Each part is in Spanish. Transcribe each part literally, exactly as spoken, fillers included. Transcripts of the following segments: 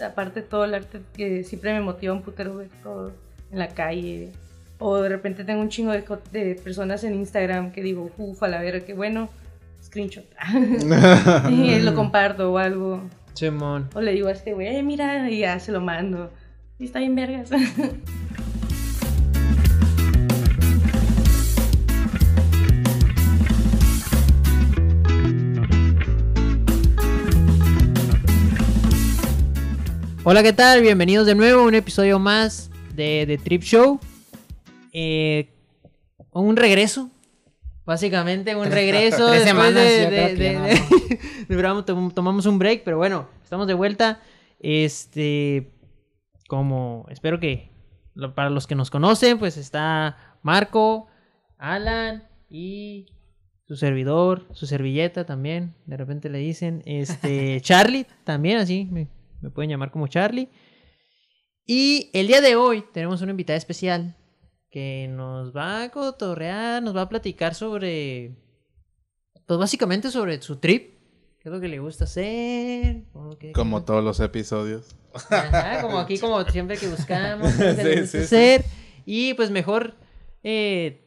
aparte de todo el arte que siempre me motiva un putero ver todo en la calle. O de repente tengo un chingo de, de personas en Instagram que digo, ufa, la verga, qué bueno, screenshot. Y lo comparto o algo. Simón. O le digo a este güey, eh, mira, y ya se lo mando. Y está bien vergas. Hola, ¿qué tal? Bienvenidos de nuevo a un episodio más de The Trip Show. Eh, un regreso, básicamente un Tres- regreso. tres después semanas, de, yo de, creo que de- ya de- duramos- tom- tomamos un break, pero bueno, estamos de vuelta. Este, como espero que lo- para los que nos conocen, pues está Marco, Alan y su servidor, su servilleta también, de repente le dicen, este, Charlie también, así me, me pueden llamar como Charlie. Y el día de hoy tenemos una invitada especial que nos va a cotorrear, nos va a platicar sobre, pues básicamente sobre su trip, qué es lo que le gusta hacer. Como, que, Como todos los episodios. Ajá, como aquí, como siempre que buscamos, qué es lo que Sí, le gusta sí, hacer. Y pues mejor, eh,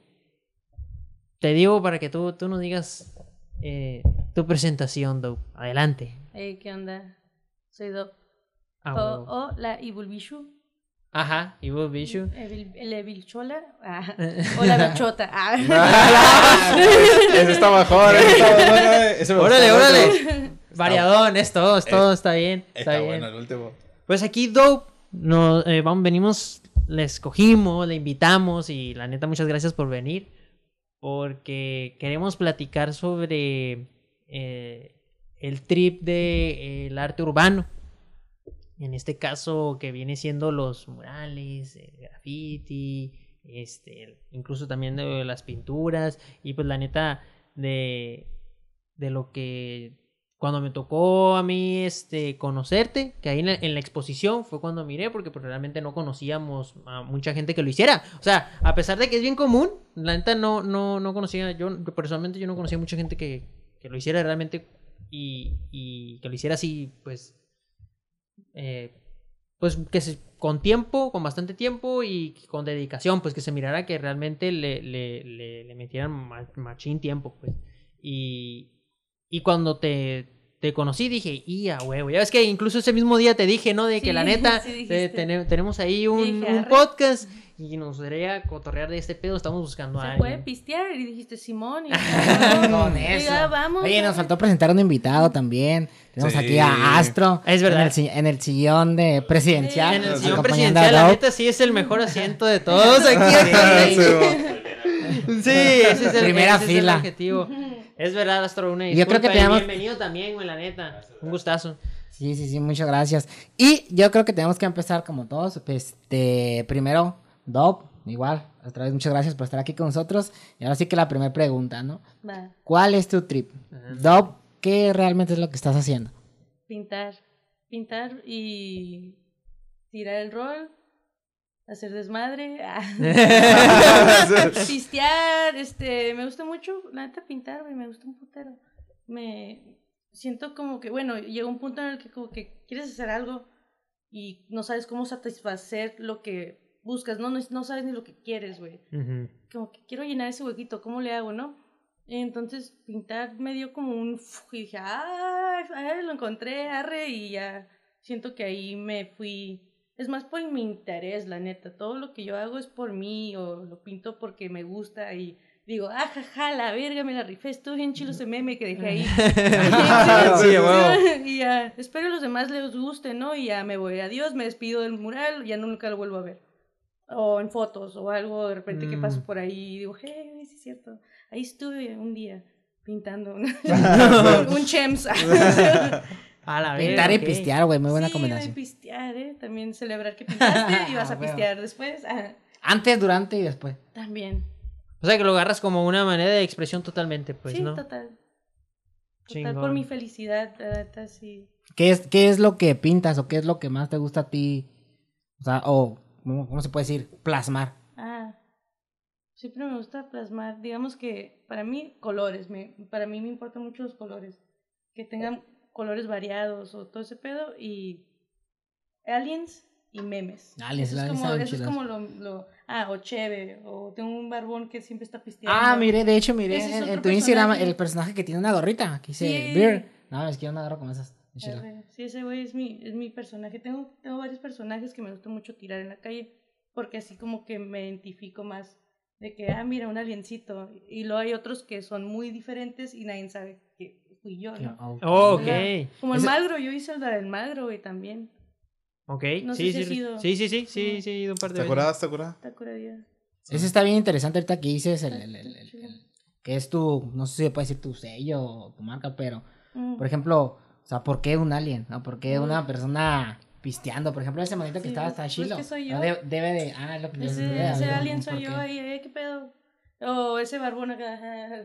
te digo para que tú, tú nos digas eh, tu presentación, Dope. Adelante. Hey, ¿qué onda? Soy Doc. Ah, O, huevo. o la Ibulbishu. Ajá, y vos, Bishu. El, el Evilchola. Ah, o la Bichota. Ah. Ese está mejor, ese está mejor. eh. Ese me Órale, gustó órale. mucho. Variadón, es todo, es todo, está bien. Está, Está bien. bueno el último. Pues aquí, Dope, nos, eh, vamos, venimos, le escogimos, le invitamos y la neta, muchas gracias por venir. Porque queremos platicar sobre eh, el trip del de, arte urbano. En este caso, que viene siendo los murales, el graffiti, este, incluso también de las pinturas. Y pues la neta, de, de lo que cuando me tocó a mí este, conocerte, que ahí en la, en la exposición fue cuando miré, porque pues realmente no conocíamos a mucha gente que lo hiciera. O sea, a pesar de que es bien común, la neta no, no, no conocía, yo, yo personalmente yo no conocía mucha gente que, que lo hiciera realmente y, y que lo hiciera así, pues... Eh, pues que se, con tiempo, con bastante tiempo y con dedicación, pues que se mirara que realmente le, le, le, le metieran ma, machín tiempo, pues. Y, y cuando te, te conocí dije, y a huevo, ya ves que incluso ese mismo día te dije, ¿no? De que Sí, la neta, sí te, ten, tenemos ahí un, dije, un arre. podcast y nos gustaría cotorrear de este pedo, estamos buscando a Se alguien. puede pistear y dijiste Simón. Y Con y eso. ya, vamos. Oye, nos faltó presentar a un invitado también. Tenemos Sí. aquí a Astro. Es verdad. En el, si- en el sillón de presidencial. En el Sí. sillón acompañando a presidencial, la Dope. neta sí es el mejor asiento de todos aquí. Sí, Sí, bueno. ese es el, Primera ese es el fila. objetivo. Es verdad, Astro, una Y yo creo que disculpa, y tenemos- bienvenido también, güey, la neta. Un gustazo. Sí, sí, sí, muchas gracias. Y yo creo que tenemos que empezar como todos. Este, primero, Dope, igual. Otra vez, muchas gracias por estar aquí con nosotros. Y ahora sí que la primera pregunta, ¿no? Va, ¿Cuál es tu trip? Dope, ¿qué realmente es lo que estás haciendo? pintar. Pintar y tirar el rol. Hacer desmadre. ah. Pistear. Este, me gusta mucho, la neta, pintar, güey, me gusta un putero. Me siento como que, bueno, llega un punto en el que como que quieres hacer algo y no sabes cómo satisfacer lo que buscas, no, no, no sabes ni lo que quieres, güey. Ujú. Como que quiero llenar ese huequito, ¿cómo le hago, no? Entonces pintar me dio como un... uf, y dije, ay, ay, lo encontré, arre, y ya siento que ahí me fui... Es más por mi interés, la neta. Todo lo que yo hago es por mí o lo pinto porque me gusta y digo, ah, jaja, la verga, me la rifé, estuvo bien chido ese meme que dejé ahí. Sí, a huevo. Y ya, espero a los demás les guste, ¿no? Y ya me voy, adiós, me despido del mural, ya nunca lo vuelvo a ver. O en fotos o algo de repente Mm. que paso por ahí y digo, hey, sí es cierto. Ahí estuve un día pintando un, un chems. A la Pintar verga, y ok. pistear, güey, muy buena Sí, combinación. de pistear, ¿eh? También celebrar que pintaste y vas a Ah, bueno. pistear después. Ah, Antes, durante y después. también. O sea que lo agarras como una manera de expresión totalmente, pues, sí, ¿no? total. Total, Chingón. por mi felicidad, la neta, sí. ¿Qué es, ¿Qué es lo que pintas o qué es lo que más te gusta a ti? O sea, o, ¿cómo, cómo se puede decir? Plasmar. Ah, siempre me gusta plasmar, digamos que para mí, colores. Me, para mí me importan mucho los colores. Que tengan colores variados o todo ese pedo y aliens y memes. Aliens, eso es aliens como, saben eso es chidas. como lo, lo... Ah, o Cheve, o tengo un barbón que siempre está pisteando. Ah, miré, de hecho, miré Ese es en, otro en tu Instagram personaje. el personaje que tiene una gorrita. Aquí dice Sí. Beer. No, es que yo no agarro con esas. Qué chido. Arre, sí, ese güey es mi, es mi personaje. Tengo, tengo varios personajes que me gusta mucho tirar en la calle, porque así como que me identifico más de que, ah, mira, un aliencito. Y luego hay otros que son muy diferentes y nadie sabe que fui yo, ¿no? Ok. Oh, ok. ¿Verdad? Como el Ese- Magro, yo hice el del Magro, güey, también. Ok, No sé sí, si sí, has ido. sí, sí, sí, sí, sí, he ido un par de ¿Está veces. curada? ¿Está curada? Está curadilla. Ese está bien interesante ahorita que dices el, el- el- el- el- que es tu, no sé si se puede decir tu sello o tu marca, pero, Mm. por ejemplo, o sea, ¿por qué un alien? ¿No? ¿Por qué Mm. una persona pisteando? Por ejemplo, ese manito que Sí, estaba pues- hasta pues chilo. que soy ¿no? yo. De- debe de, ah, es lo que Ese, debe ese haber un- alien un soy porqué. yo, ahí, ahí, ¿qué pedo? O ese barbón acá,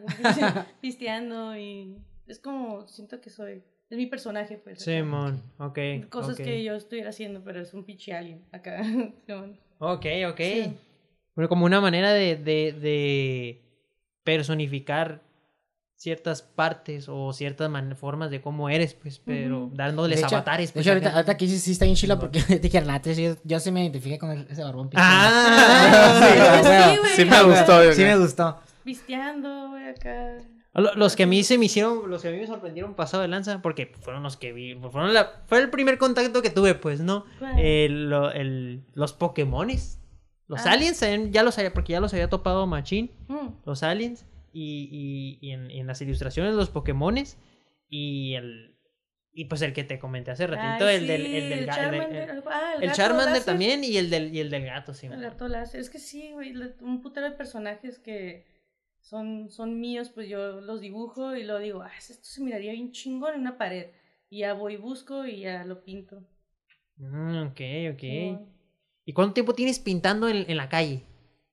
pisteando y... Es como, siento que soy... Es mi personaje, pues. acá. Simón, ok. Cosas ok. que yo estuviera haciendo, pero es un pinche alien acá. Simón. Ok, ok. Sí. Bueno, como una manera de, de, de personificar ciertas partes o ciertas man- formas de cómo eres, pues, pero Ujú. dándoles De hecho- avatares. De Pues, hecho, ahorita, acá. ahorita aquí sí, sí está bien chilo porque dije, la neta, yo, yo sí me identifiqué con el- ese barbón pisteando. Ah, Sí, Ah, a huevo. sí, güey. Sí me gustó. yo Sí me creo. gustó. Pisteando, güey, acá. Lo- Los que a mí se me hicieron, los que a mí me sorprendieron pasado de lanza, porque fueron los que vi, fueron la, fue el primer contacto que tuve, pues, ¿no? ¿Cuál? El, lo- el- los Pokémones, los Ah. aliens, eh, ya los había, porque ya los había topado Machín, Mm. los aliens, y, y, y en, y en las ilustraciones los Pokémones, y el, y pues el que te comenté hace ratito, Ay, el del, sí, el del, ga- el del- Charmander. el- Ah, el gato Charmander láser. también, y el del, y el del gato, sí. El gato láser. Es que sí, güey, le- un putero de personajes que son, son míos, pues yo los dibujo y lo digo, ah, esto se miraría bien chingón en una pared. Y ya voy, busco y ya lo pinto. Mm, ok, ok. Simón. ¿Y cuánto tiempo tienes pintando en, en la calle?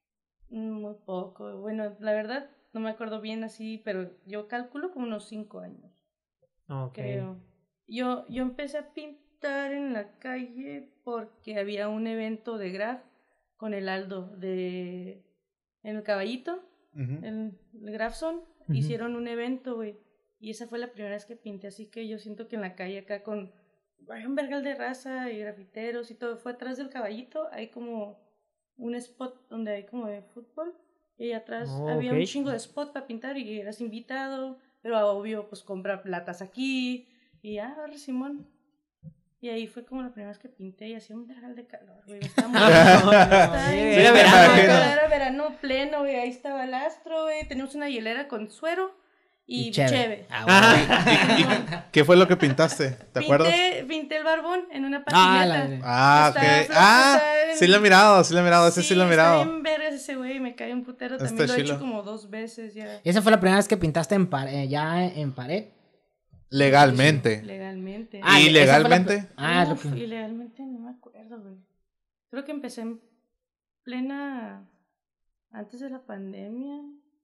Mm, Muy poco. Bueno, la verdad, no me acuerdo bien así, pero yo calculo como unos cinco años, Ok. creo. Yo, yo empecé a pintar en la calle porque había un evento de graf con el Aldo de en el Caballito, Ujú. en el Grafson. Ujú. Hicieron un evento, güey. Y esa fue la primera vez que pinté, así que yo siento que en la calle acá con hay un vergal de raza y grafiteros y todo, fue atrás del Caballito, hay como un spot donde hay como de fútbol y atrás Oh, había ok. un chingo de spot para pintar y eras invitado, pero obvio pues compra platas aquí y ya, ahora Simón. Y ahí fue como la primera vez que pinté y hacía un vergal de calor, güey. Estaba muy... estaba bien Era calor, verano acá. Era verano pleno, güey. Ahí estaba el astro, güey. Teníamos una hielera con suero y, Y cheve. cheve. Ah, ¿Qué fue lo que pintaste? ¿Te acuerdas? Pinté, pinté el barbón en una Ah, patineta. la- Ah, Está- ok. está- Ah, está en- sí lo he mirado, sí lo he mirado, ese sí, lo he Está mirado. bien vergas ese güey, me cae un putero. Está También lo he chilo. hecho como dos veces ya. Esa fue la primera vez que pintaste en pa- eh, ya en pared. Legalmente. Legalmente. Ah, ¿Y esa fue la legalmente? pr- Ah, lo Uf, que- ilegalmente no me acuerdo, güey. Creo que empecé en plena... Antes de la pandemia.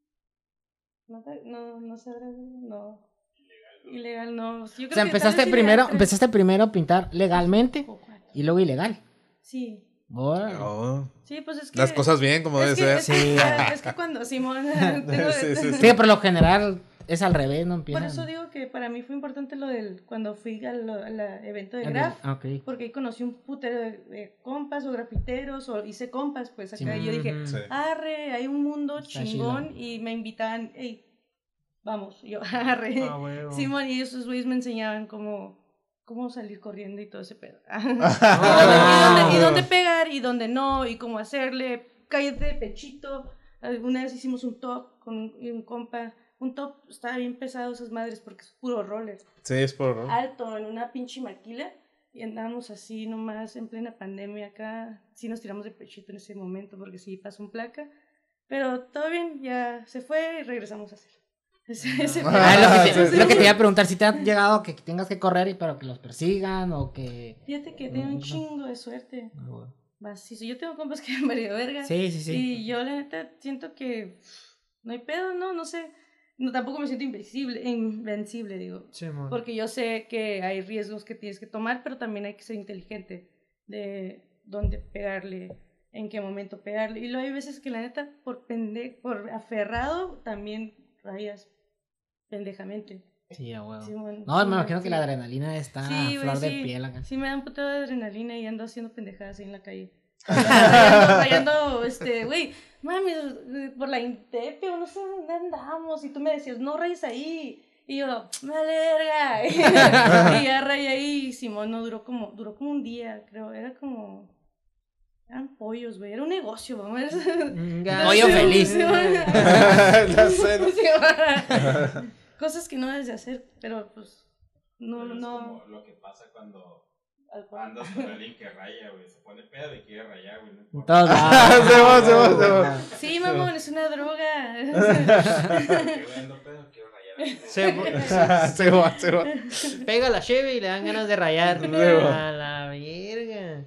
No, te- no, no sabré, no. Ilegal, no. Yo creo O sea, que tal empezaste vez primero, ilegal tres empezaste primero a pintar legalmente o cuatro. y luego ilegal. Sí. Órale. Oh, Sí, pues es que... las cosas bien como es debe que, ser. es, que, Sí. ah, es que cuando Simón... tengo- Sí, sí, Sí, por lo general es al revés, no Por empiezan. eso digo que para mí fue importante lo del... Cuando fui al al evento de Ah, Graf. ah, ok. Porque ahí conocí un putero de, de compas o grafiteros, o hice compas, pues acá. Sí. Y yo dije, Ujú. Sí. arre, hay un mundo Está chingón. Y me invitaban, hey, vamos. Y yo, arre. Ah, huevo. Simón, y esos güeyes me enseñaban cómo, cómo salir corriendo y todo ese pedo. y, dónde, y, Ah, dónde, y huevo. dónde pegar y dónde no, y cómo hacerle, cállate de pechito. Alguna vez hicimos un top con un, un compa. Un top estaba bien pesado esas madres porque es puro roller. Sí, es por... Alto, en una pinche maquila. Y andábamos así nomás en plena pandemia acá. Sí nos tiramos de pechito en ese momento porque sí pasó un placa. Pero todo bien, ya se fue y regresamos a hacer. Ese, ese fue- Ah, lo, que te, sí, sí. lo que te iba a preguntar, si te ha llegado que tengas que correr y pero que los persigan o que... Fíjate que tengo un chingo de suerte. Ah, bueno. Macizo. Yo tengo compas que me valió verga. Sí, sí, sí. Y yo la neta siento que no hay pedo, no, no sé. No, tampoco me siento invencible, invencible, digo. Simón. Porque yo sé que hay riesgos que tienes que tomar, pero también hay que ser inteligente de dónde pegarle, en qué momento pegarle. Y luego hay veces que la neta, por pende por aferrado, también rayas pendejamente. Sí, a huevo. Sí, bueno, No, sí, me imagino sí. que la adrenalina está Sí, a güey, flor de sí. piel acá. Sí, me da un puto de adrenalina y ando haciendo pendejadas ahí en la calle. Rayando, rayando, este, güey, mami, por la Intepio, no sé dónde andamos. Y tú me decías, no rayes ahí. Y yo, me verga. Y ya rayé ahí y Simón no duró como, duró como un día, creo. Era como, eran pollos, güey, era un negocio, vamos. Pollo feliz. Sí, güey. La cena. Sí, güey. Cosas que no debes de hacer, pero pues, no, Pero es no. como lo que pasa cuando Alcohol. andas con alguien que raya, güey. Se pone pedo y quiere rayar, güey. No importa. Todos Se va, se va, se va. Sí, mamón, es una droga. Que, güey, ando pedo, quiero rayar. Se, Se va, se va. pega la cheve y le dan ganas de rayar. Luego. A la verga.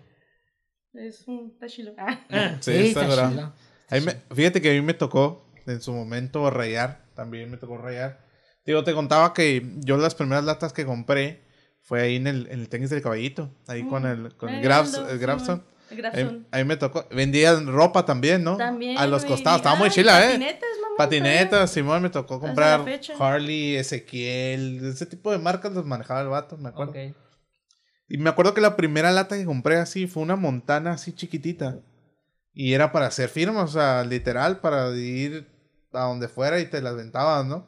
Es un tachilo. Sí, Sí, está está grave. chido. A mí me- fíjate que a mí me tocó en su momento rayar, también me tocó rayar. Digo, te contaba que yo las primeras latas que compré fue ahí en el, en el tenis del caballito, ahí con el, con el, Grabs, el Grabson. El Ahí, Grabson. ahí me tocó. Vendían ropa también, ¿no? También. A los güey. costados. Estaba muy Ay, chila, ¿eh? Patinetas, mamón. Patinetas, Simón, me tocó Hasta comprar la fecha. Harley, Ezequiel, ese tipo de marcas los manejaba el vato, me acuerdo. Ok. Y me acuerdo que la primera lata que compré así fue una Montana así chiquitita. Y era para hacer firmas, o sea, literal, para ir a donde fuera y te las ventabas, ¿no?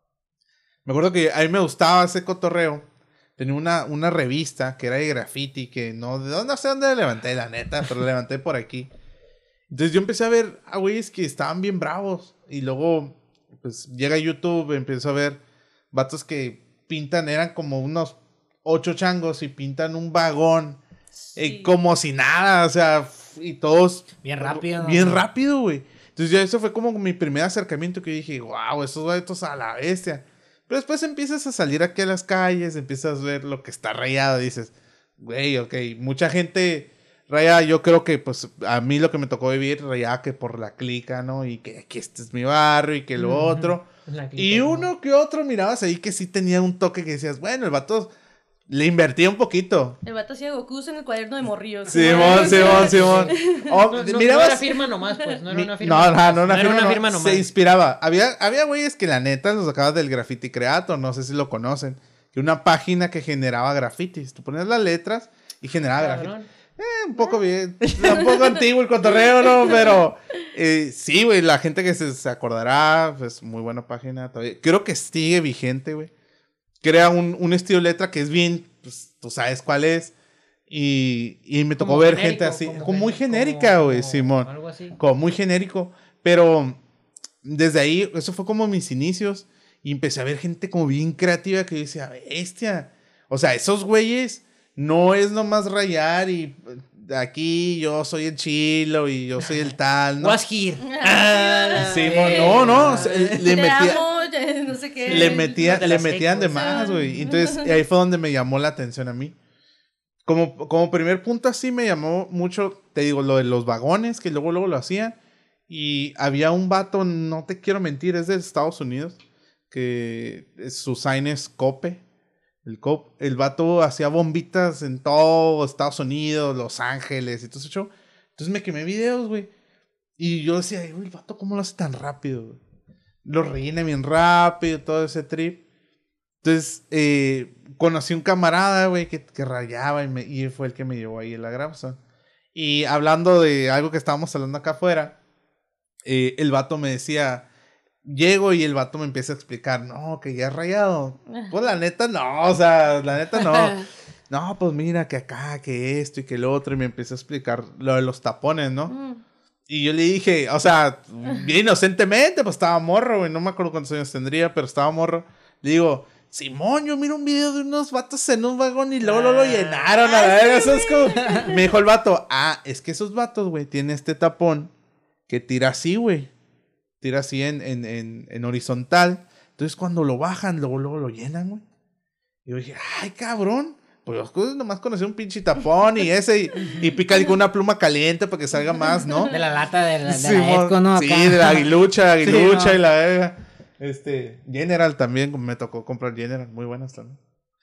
Me acuerdo que a mí me gustaba ese cotorreo. Tenía una, una revista que era de graffiti, que no, no, no sé dónde la levanté, la neta, pero la levanté por aquí. Entonces yo empecé a ver a güeyes que estaban bien bravos. Y luego, pues llega YouTube, empiezo a ver vatos que pintan, eran como unos ocho changos y pintan un vagón. Sí. Eh, como si nada, o sea, y todos... Bien rápido, ¿no? Bien rápido, güey. Entonces ya eso fue como mi primer acercamiento que dije, wow, estos vatos a la bestia. Pero después empiezas a salir aquí a las calles, empiezas a ver lo que está rayado, dices, güey, ok, mucha gente raya, yo creo que pues a mí lo que me tocó vivir rayaba que por la clica, ¿no? Y que aquí este es mi barrio y que lo Ujú. otro. La clica, Y ¿no? uno que otro mirabas ahí que sí tenía un toque que decías, bueno, el vato le invertía un poquito. El vato hacía Goku en el cuaderno de morrillos. Simón, Simón, Simón. Oh, No, no, mirabas... no era firma nomás, pues. No era Mi- una firma. No, nomás. no, no, una No era firma, una no. firma nomás. Se inspiraba. Había, había güeyes que la neta los sacabas del Graffiti Creator, no sé si lo conocen. Que una página que generaba grafitis. Tú ponías las letras y generaba grafitis. Cabrón. Eh, un poco bien. Un poco antiguo el cotorreo, ¿no? Pero eh, sí, güey, la gente que se, se acordará, pues muy buena página todavía. Creo que sigue vigente, güey. Crea un, un estilo de letra que es bien, pues tú sabes cuál es. Y, y me tocó Como ver genérico, gente así, como como muy gen- genérica, como- güey, como Simón. Algo así. Como muy genérico. Pero desde ahí, eso fue como mis inicios. Y empecé a ver gente como bien creativa que yo decía, bestia. O sea, esos güeyes no es nomás rayar y eh, aquí yo soy el chilo y yo soy el tal, ¿no? Was here. Ah, Sí, sí. no, no, o sea, le Te metía, amo, ya, no sé qué. le metía, de le las metían de ecos. más, güey. Entonces ahí fue donde me llamó la atención a mí. Como, como primer punto así me llamó mucho, te digo, lo de los vagones, que luego, luego lo hacían. Y había un vato, no te quiero mentir, es de Estados Unidos, que su sign es Cope. El, Cop, el vato hacía bombitas en todo Estados Unidos, Los Ángeles y todo ese show. Entonces me quemé videos, güey. Y yo decía, güey, el vato, ¿cómo lo hace tan rápido, güey? Lo rellena bien rápido, todo ese trip. Entonces, eh, conocí un camarada, güey, que, que rayaba y, me, y fue el que me llevó ahí en la Grabson. Y hablando de algo que estábamos hablando acá afuera, eh, el vato me decía, llego y el vato me empieza a explicar, no, que ya has rayado. Pues la neta no, o sea, la neta no. No, pues mira que acá, que esto y que lo otro. Y me empieza a explicar lo de los tapones, ¿no? Mm. Y yo le dije, o sea, bien inocentemente, pues estaba morro, güey. No me acuerdo cuántos años tendría, pero estaba morro. Le digo, Simón, yo miro un video de unos vatos en un vagón y luego lo, lo llenaron a la verga. Eso es como... Me dijo el vato, ah, es que esos vatos, güey, tienen este tapón que tira así, güey. Tira así en, en, en, en horizontal. Entonces cuando lo bajan, luego, luego lo llenan, güey. Y yo dije, ay, cabrón. Pues yo nomás conocí un pinche tapón y ese. Y, y pícale con una pluma caliente para que salga más, ¿no? De la lata de la, de Sí, la mon- Eco, ¿no? sí, Acá. de la aguilucha, aguilucha Sí, no. y la verga. Este, General también, me tocó comprar General, muy buenas también.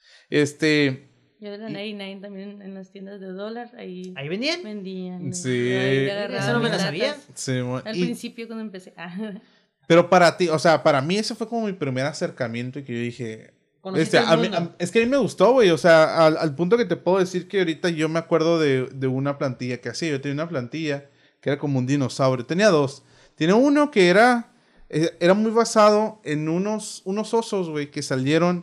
Este, Yo de la noventa y nueve también en, en las tiendas de dólar, ahí ¿Ahí vendían? vendían. Sí. Ahí agarraba Eso no me mis la sabía. latas. sí, mo- Al y- principio cuando empecé. Ah. pero para ti, o sea, para mí ese fue como mi primer acercamiento y que yo dije, conociste Este, el a mí- mundo. a- es que a mí me gustó, güey. O sea, al, al punto que te puedo decir que ahorita yo me acuerdo de, de una plantilla que hacía. Yo tenía una plantilla que era como un dinosaurio. Tenía dos. Tiene uno que era, eh, era muy basado en unos, unos osos, güey, que salieron.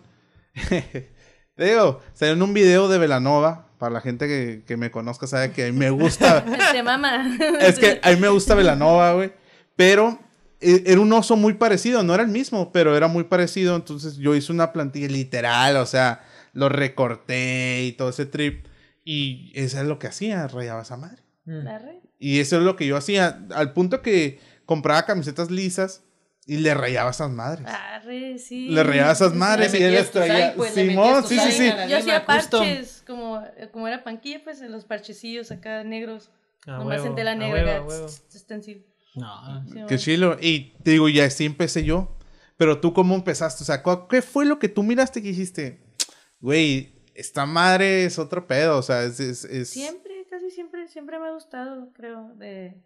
Te digo, salieron en un video de Velanova. Para la gente que, que me conozca sabe que a mí me gusta. Te mama. Es que a mí me gusta Velanova, güey. Pero eh, era un oso muy parecido. No era el mismo, pero era muy parecido. Entonces yo hice una plantilla literal. O sea, lo recorté y todo ese trip. Y eso es lo que hacía. Rayaba esa madre. Mm. Arre. Y eso es lo que yo hacía. Al punto que compraba camisetas lisas y le rayaba esas madres. Arre, sí. Le rayaba esas madres Le y él metías les tu traía. sal, pues, le Simón, metías tu sí, sí, sal sí. a la Yo hacía lima custom. parches, como, como era panquilla, pues en los parchecillos acá negros. A nomás huevo, en tela a negra. huevo, a acá, huevo. tss, tss, stencil. No. Sí, Qué bueno. chilo. Y te digo, ya así empecé yo. Pero tú, ¿cómo empezaste? O sea, ¿cu- ¿qué fue lo que tú miraste que dijiste? Güey, esta madre es otro pedo. O sea, es... es, es... Siempre, casi siempre, siempre me ha gustado, creo, de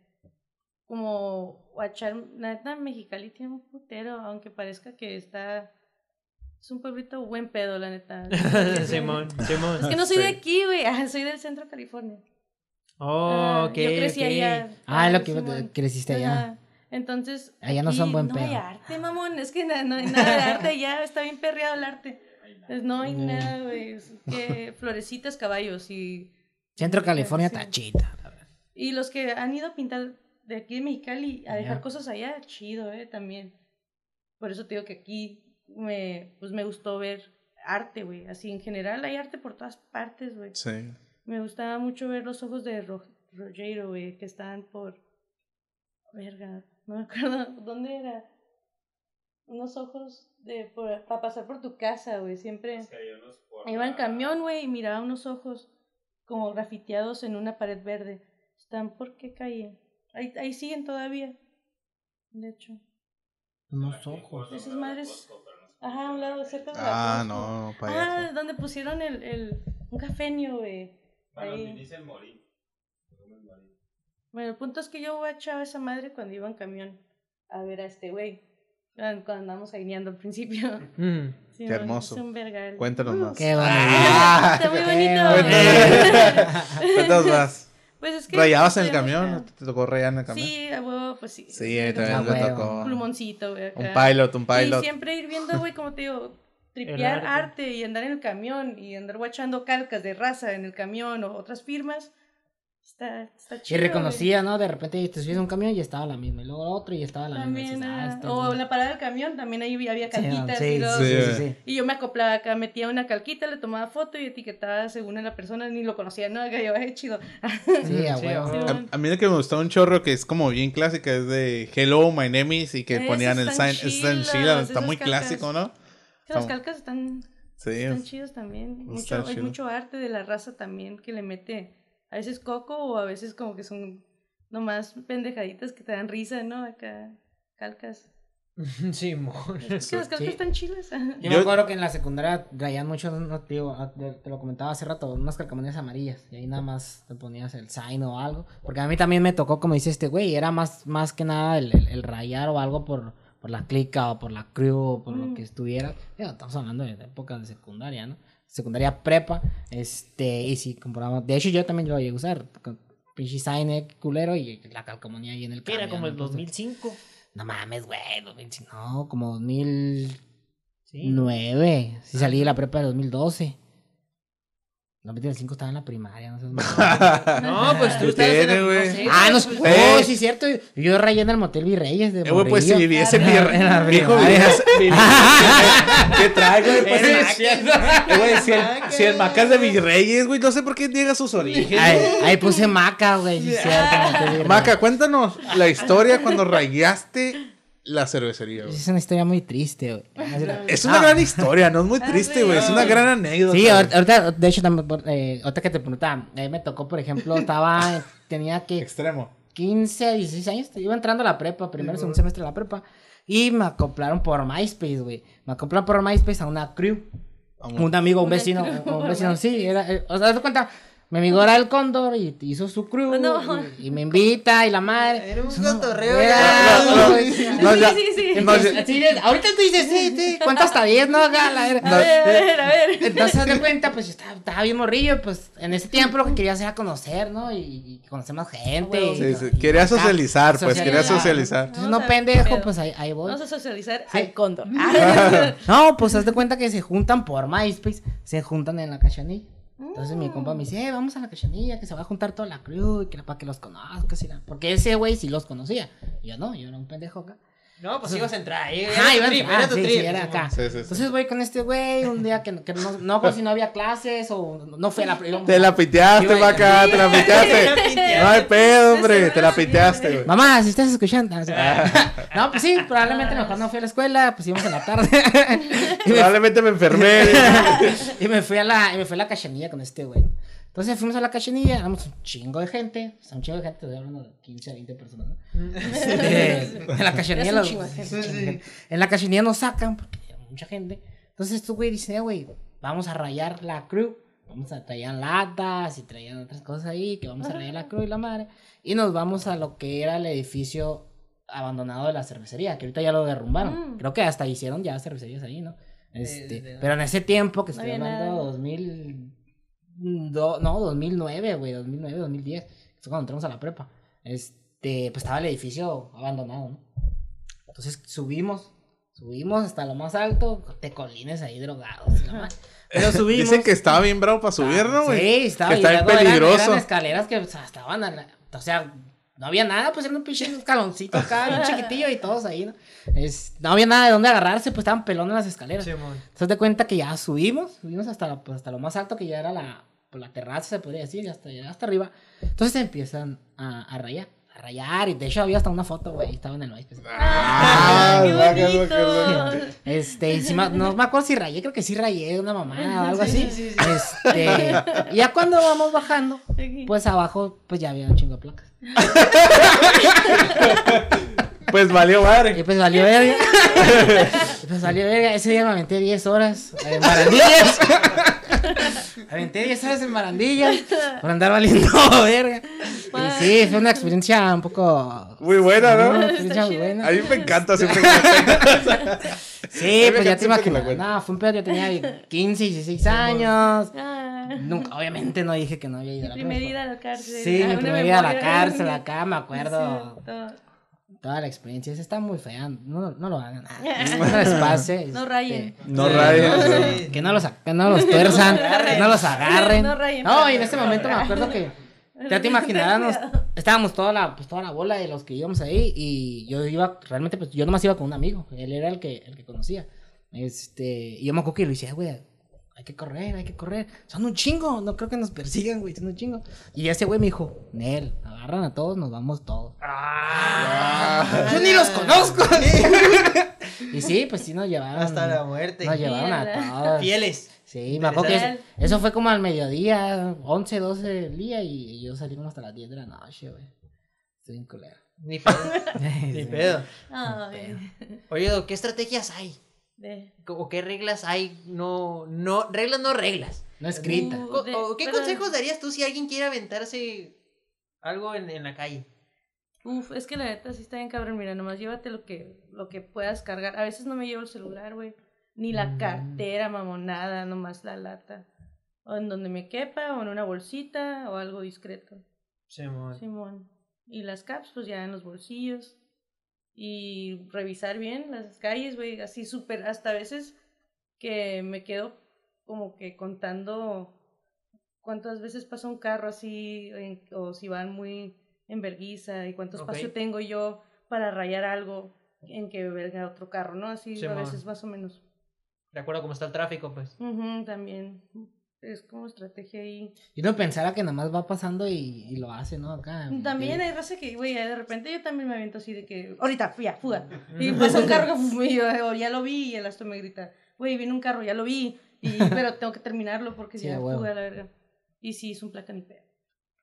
como guachar, la neta Mexicali tiene un putero, aunque parezca que está, es un pueblito buen pedo, la neta. Simón, Simón. Es que no soy de Sí. aquí, güey, ah, soy del centro de California. Oh, Ah, ok, yo crecí ok. allá. Ah, es lo que Simón. creciste allá. Ajá. Entonces, Allá no son aquí buen no hay pedo. arte, mamón, es que na- no hay nada de arte allá, está bien perreado el arte. Pues no hay nada, güey, es que florecitas, caballos y... Centro California Sí. está chita. la verdad. Y los que han ido a pintar de aquí de Mexicali a dejar Ya. cosas allá, chido, eh, también. Por eso te digo que aquí me, pues me gustó ver arte, güey. Así en general hay arte por todas partes, güey. Sí. Me gustaba mucho ver los ojos de Ro Rogero, güey, que estaban por... Verga, no me acuerdo, ¿dónde era? Unos ojos de para pasar por tu casa, güey, siempre... Es que hay unos por Iba en la- camión, güey, y miraba unos ojos como grafiteados en una pared verde. ¿Están por qué calle? Ahí, ahí siguen todavía. De hecho. Unos ojos. Esas madres. Ajá, a un lado, cerca de la Ah, Costco. no, Ah, payaso. donde pusieron el, el un cafenio, güey. Bueno, Ahí. me dicen morir. Podemos morir. Bueno, el punto es que yo guachaba a esa madre cuando iba en camión a ver a este güey. Cuando cuando andábamos guineando al principio. Mm. Sí, Qué no, hermoso. Es un vergal. Cuéntanos más. Qué bonito. Ah, Está muy qué bonito. Cuéntanos más. Pues es que. ¿Rayabas en el estoy muy camión? fan. ¿No ¿Te tocó rayar en el camión? Sí, a huevo, pues sí. Sí, a mí también Ah, me huevo. tocó. Un plumoncito, güey. acá. Un pilot, un Y pilot. siempre ir viendo, güey, como te digo, El tripear arte. arte. y andar en el camión y andar guachando calcas de raza en el camión o otras firmas. Está, está Y chido. güey. reconocía, ¿no? De repente te subías a un camión y estaba la misma. Y luego otro y estaba la También, misma. Y dices, ah, ah, este o es- en la parada del camión también ahí había Sí, calquitas sí, y, los- sí, sí, Sí. sí. y yo me acoplaba acá, metía una calquita, le tomaba foto y etiquetaba según a la persona, ni lo conocía, no, acá yo, ay, chido. Sí, a Sí, huevo. a huevo. Sí, A, a mí lo que me gustó un chorro que es como bien clásica es de Hello, my name is y que Esas ponían el sign. están Está en chilas, chila, está esas muy calcas. clásico, ¿no? Que las Estamos- calcas están, Sí. están chidos también. Está Mucho, hay chido. mucho arte de la raza también que le mete a veces coco o a veces como que son nomás pendejaditas que te dan risa, ¿no? Acá, calcas. Simón. Es que las calcas Sí. están chilas. Yo, Yo- me acuerdo que en la secundaria traían muchos, no, te digo, ah, te te lo comentaba hace rato, unas calcamonías amarillas. Y ahí nada más te ponías el sign o algo. Porque a mí también me tocó, como dice este güey, era más, más que nada el, el, el rayar o algo por, por la clica o por la crew o por lo Mm. que estuviera. Digo, estamos hablando de, de época de secundaria, ¿no? Secundaria prepa. Este, y sí, compraba. De hecho, yo también lo llegué a usar. Con pinche sign eh, culero y la calcamonía ahí en el Que era camión, como el ¿no? dos mil cinco. No mames, güey, dos mil cinco, no, como dos mil Sí. nueve. Si salí de la prepa de dos mil doce. dos mil cinco estaba en la primaria, no sé. dónde- No, pues tú ¿Qué estabas en tiene, el- güey? no sé, ah, no, pues, sé. Eh. Oh, sí, cierto. Yo rayé en el motel Virreyes de Eh, güey, pues si morrillo. viviese En mi la- en la viejo, primaria. vivías- vivías- ¿Qué trae, güey? Pues, Eres si- eh, güey, si el, si el Macas de Virreyes, güey, no sé por qué niega sus orígenes. Ahí, ahí puse Maca, güey, sí, cierto. Motel Virreyes. Maca, cuéntanos la historia cuando rayaste la cervecería, güey. Es una historia muy triste, güey. Es una Ah. gran historia, no es muy triste, güey. Es una gran anécdota. Sí, güey. ahorita, ahorita, de hecho, también, por- eh, ahorita que te preguntaba, a mí me tocó, por ejemplo, estaba, tenía que Extremo. quince, dieciséis años, iba entrando a la prepa, primero, segundo semestre de la prepa, y me acoplaron por MySpace, güey. Me acoplaron por MySpace a una crew. Un amigo, un Una vecino, crew un por vecino, sí, MySpace. era, eh, o sea, haz de cuenta, Mi amigo era el Cóndor y hizo su crew. No. Y, y me invita y la madre. Era un Pues, no, cotorreo. era- No, no, no. sí, No, sí, ya- sí, sí. no, ya- Así de- ahorita tú dices, sí, sí, cuenta hasta diez, ¿no? Acá, la verga. A ver, a ver, a ver. Entonces, haz de cuenta, pues yo estaba, estaba bien morrillo, pues en ese tiempo lo que quería hacer era conocer, ¿no? Y, y conocer más gente. Sí, y- sí, y quería acá, socializar, pues, quería socializar. Entonces, Vamos no a- pendejo, pedo. pues ahí, ahí voy. Vamos a socializar Sí. al cóndor. Ah. No, pues haz de cuenta que se juntan por MySpace, se juntan en la Cachanilla. Entonces mi compa me dice, eh, vamos a la Cachanilla, que se va a juntar toda la crew, y que para que los conozcas. Y la... Porque ese güey sí los conocía. Y yo no, yo era un pendejo acá. No, pues ibas a entrar. Ahí, Ajá, iba era tu a trip, entrar, era tu sí, trip. sí, era acá. Sí, sí, sí. Entonces voy con este güey un día que, que no, no, pues si no había clases o no fue la primera. Te la piteaste, Sí, güey. vaca, te la Te la piteaste. piteaste. No hay pedo, hombre, te la piteaste, güey. Mamá, si estás escuchando. O sea, no, pues sí, probablemente mejor no fui a la escuela, pues íbamos en la tarde. y, me, Probablemente me enfermé. y me fui a la, y me fui a la Cachanilla con este güey. Entonces fuimos a la Cachanilla, éramos un chingo de gente, o sea, un chingo de gente, estoy hablando de quince a veinte personas, ¿no? Este, en la Cachanilla, Es un los- chingo de gente. un chingo de gente. En la Cachanilla nos sacan, porque hay mucha gente. Entonces estos güey dicen, eh, güey, vamos a rayar la crew, vamos a traer latas y traían otras cosas ahí, que vamos a rayar la crew y la madre. Y nos vamos a lo que era el edificio abandonado de la cervecería, que ahorita ya lo derrumbaron. Mm. Creo que hasta hicieron ya cervecerías ahí, ¿no? Este, de- pero en ese tiempo, que No estoy había hablando nada. dos mil, do- no, dos mil nueve, güey, dos mil nueve, dos mil diez, que fue cuando entramos a la prepa. Este, pues estaba el edificio abandonado, ¿no? Entonces subimos, subimos hasta lo más alto, tecolines ahí drogados y la madre. Pero subimos. Dicen que estaba bien bravo para subir, ¿no, güey? Sí, estaba Que está bien y luego eran- peligroso. Eran, escaleras que o sea, estaban, a la- o sea, no había nada, pues era un pinche escaloncito acá, un chiquitillo y todos ahí, ¿no? Es, no había nada de dónde agarrarse, pues estaban pelones las escaleras. Simón. Entonces te cuenta que ya subimos, subimos hasta, la- pues, hasta lo más alto que ya era la, pues, la terraza, se podría decir, y hasta, ya hasta arriba. Entonces se empiezan a, a rayar, a rayar, y de hecho había hasta una foto, güey, estaba en el MySpace. Ah, ¡Qué vaca, vaca, bonito! Este, y si ma- no me acuerdo si rayé, creo que sí rayé una mamada o algo Sí, así. sí, sí, Este, y ya cuando vamos bajando, pues abajo, pues ya había un chingo de placas. Pues valió Y madre. pues valió verga. Y pues valió verga. Ese día me aventé diez horas en barandillas. Me aventé diez horas en barandillas por andar valiendo verga. Y sí, fue una experiencia un poco... Muy buena, Una ¿no? experiencia muy buena. A mí me encanta siempre que me cuentan. Sí, me pues ya encanta te siempre que la imaginas. cuentan. No, fue un pedo, yo tenía quince, dieciséis años. Ah, Nunca, obviamente no dije que no había ido a mi la primer prepa. ida a la cárcel. Sí, Ah, mi una primer ida a la memoria. cárcel acá, me acuerdo. Sí, todo. Toda la experiencia, esa está muy fea. No, no lo hagan. No les pase. No este, rayen. No rayos. Sí. Que no los, que no los tuerzan, agarren. que no los agarren. No rayen, No, pero- y en ese momento me acuerdo que ya te imaginarás, nos- estábamos toda la, pues, toda la bola de los que íbamos ahí y yo iba, realmente, pues yo nomás iba con un amigo, él era el que, el que conocía. Este, y yo me acuerdo que le decía, güey, hay que correr, hay que correr. Son un chingo, no creo que nos persigan, güey, son un chingo. Y ese güey me dijo, Nel, agarran a todos, nos vamos todos. Ah, Yo ni los conozco. Y sí, pues sí nos llevaron. hasta la muerte. Nos llevaron a Mierda. todos. Fieles. Sí, me acuerdo que eso, Interesante. eso fue como al mediodía, once, doce del día y yo salí como hasta las diez de la noche, güey. Estoy bien culero. Ni pedo. Ni pedo. Ay, Oye, Edo, ¿qué estrategias hay? de- ¿O qué reglas hay? No, no, reglas no reglas. No escrita. Uh, Co- de- o ¿Qué pero- consejos darías tú si alguien quiere aventarse algo en, en la calle? Uf, es que la neta sí está bien cabrón. Mira, nomás llévate lo que, lo que puedas cargar. A veces no me llevo el celular, güey. Ni la Mm. cartera, mamonada, nomás la lata. O en donde me quepa, o en una bolsita, o algo discreto. Simón. Simón. Y las caps, pues ya en los bolsillos. Y revisar bien las calles, güey. Así súper, hasta a veces que me quedo como que contando cuántas veces pasa un carro así, en- o si van muy en vergüenza, y cuánto Ok. espacio tengo yo para rayar algo en que venga otro carro, ¿no? Así Simón. a veces más o menos. De acuerdo a cómo está el tráfico, pues. Ujú, también es como estrategia ahí. Y uno pensara que nada más va pasando y, y lo hace, ¿no? Acá. También Sí. hay raza que, güey, de repente yo también me aviento así de que, ahorita, ya, fuga. Y pasa un carro que uf, y yo, "Oh, ya lo vi", y el astro me grita, güey, viene un carro, ya lo vi, y, pero tengo que terminarlo porque Sí, ya a huevo. fuga a la verga. Y sí, es un placa ni pedo.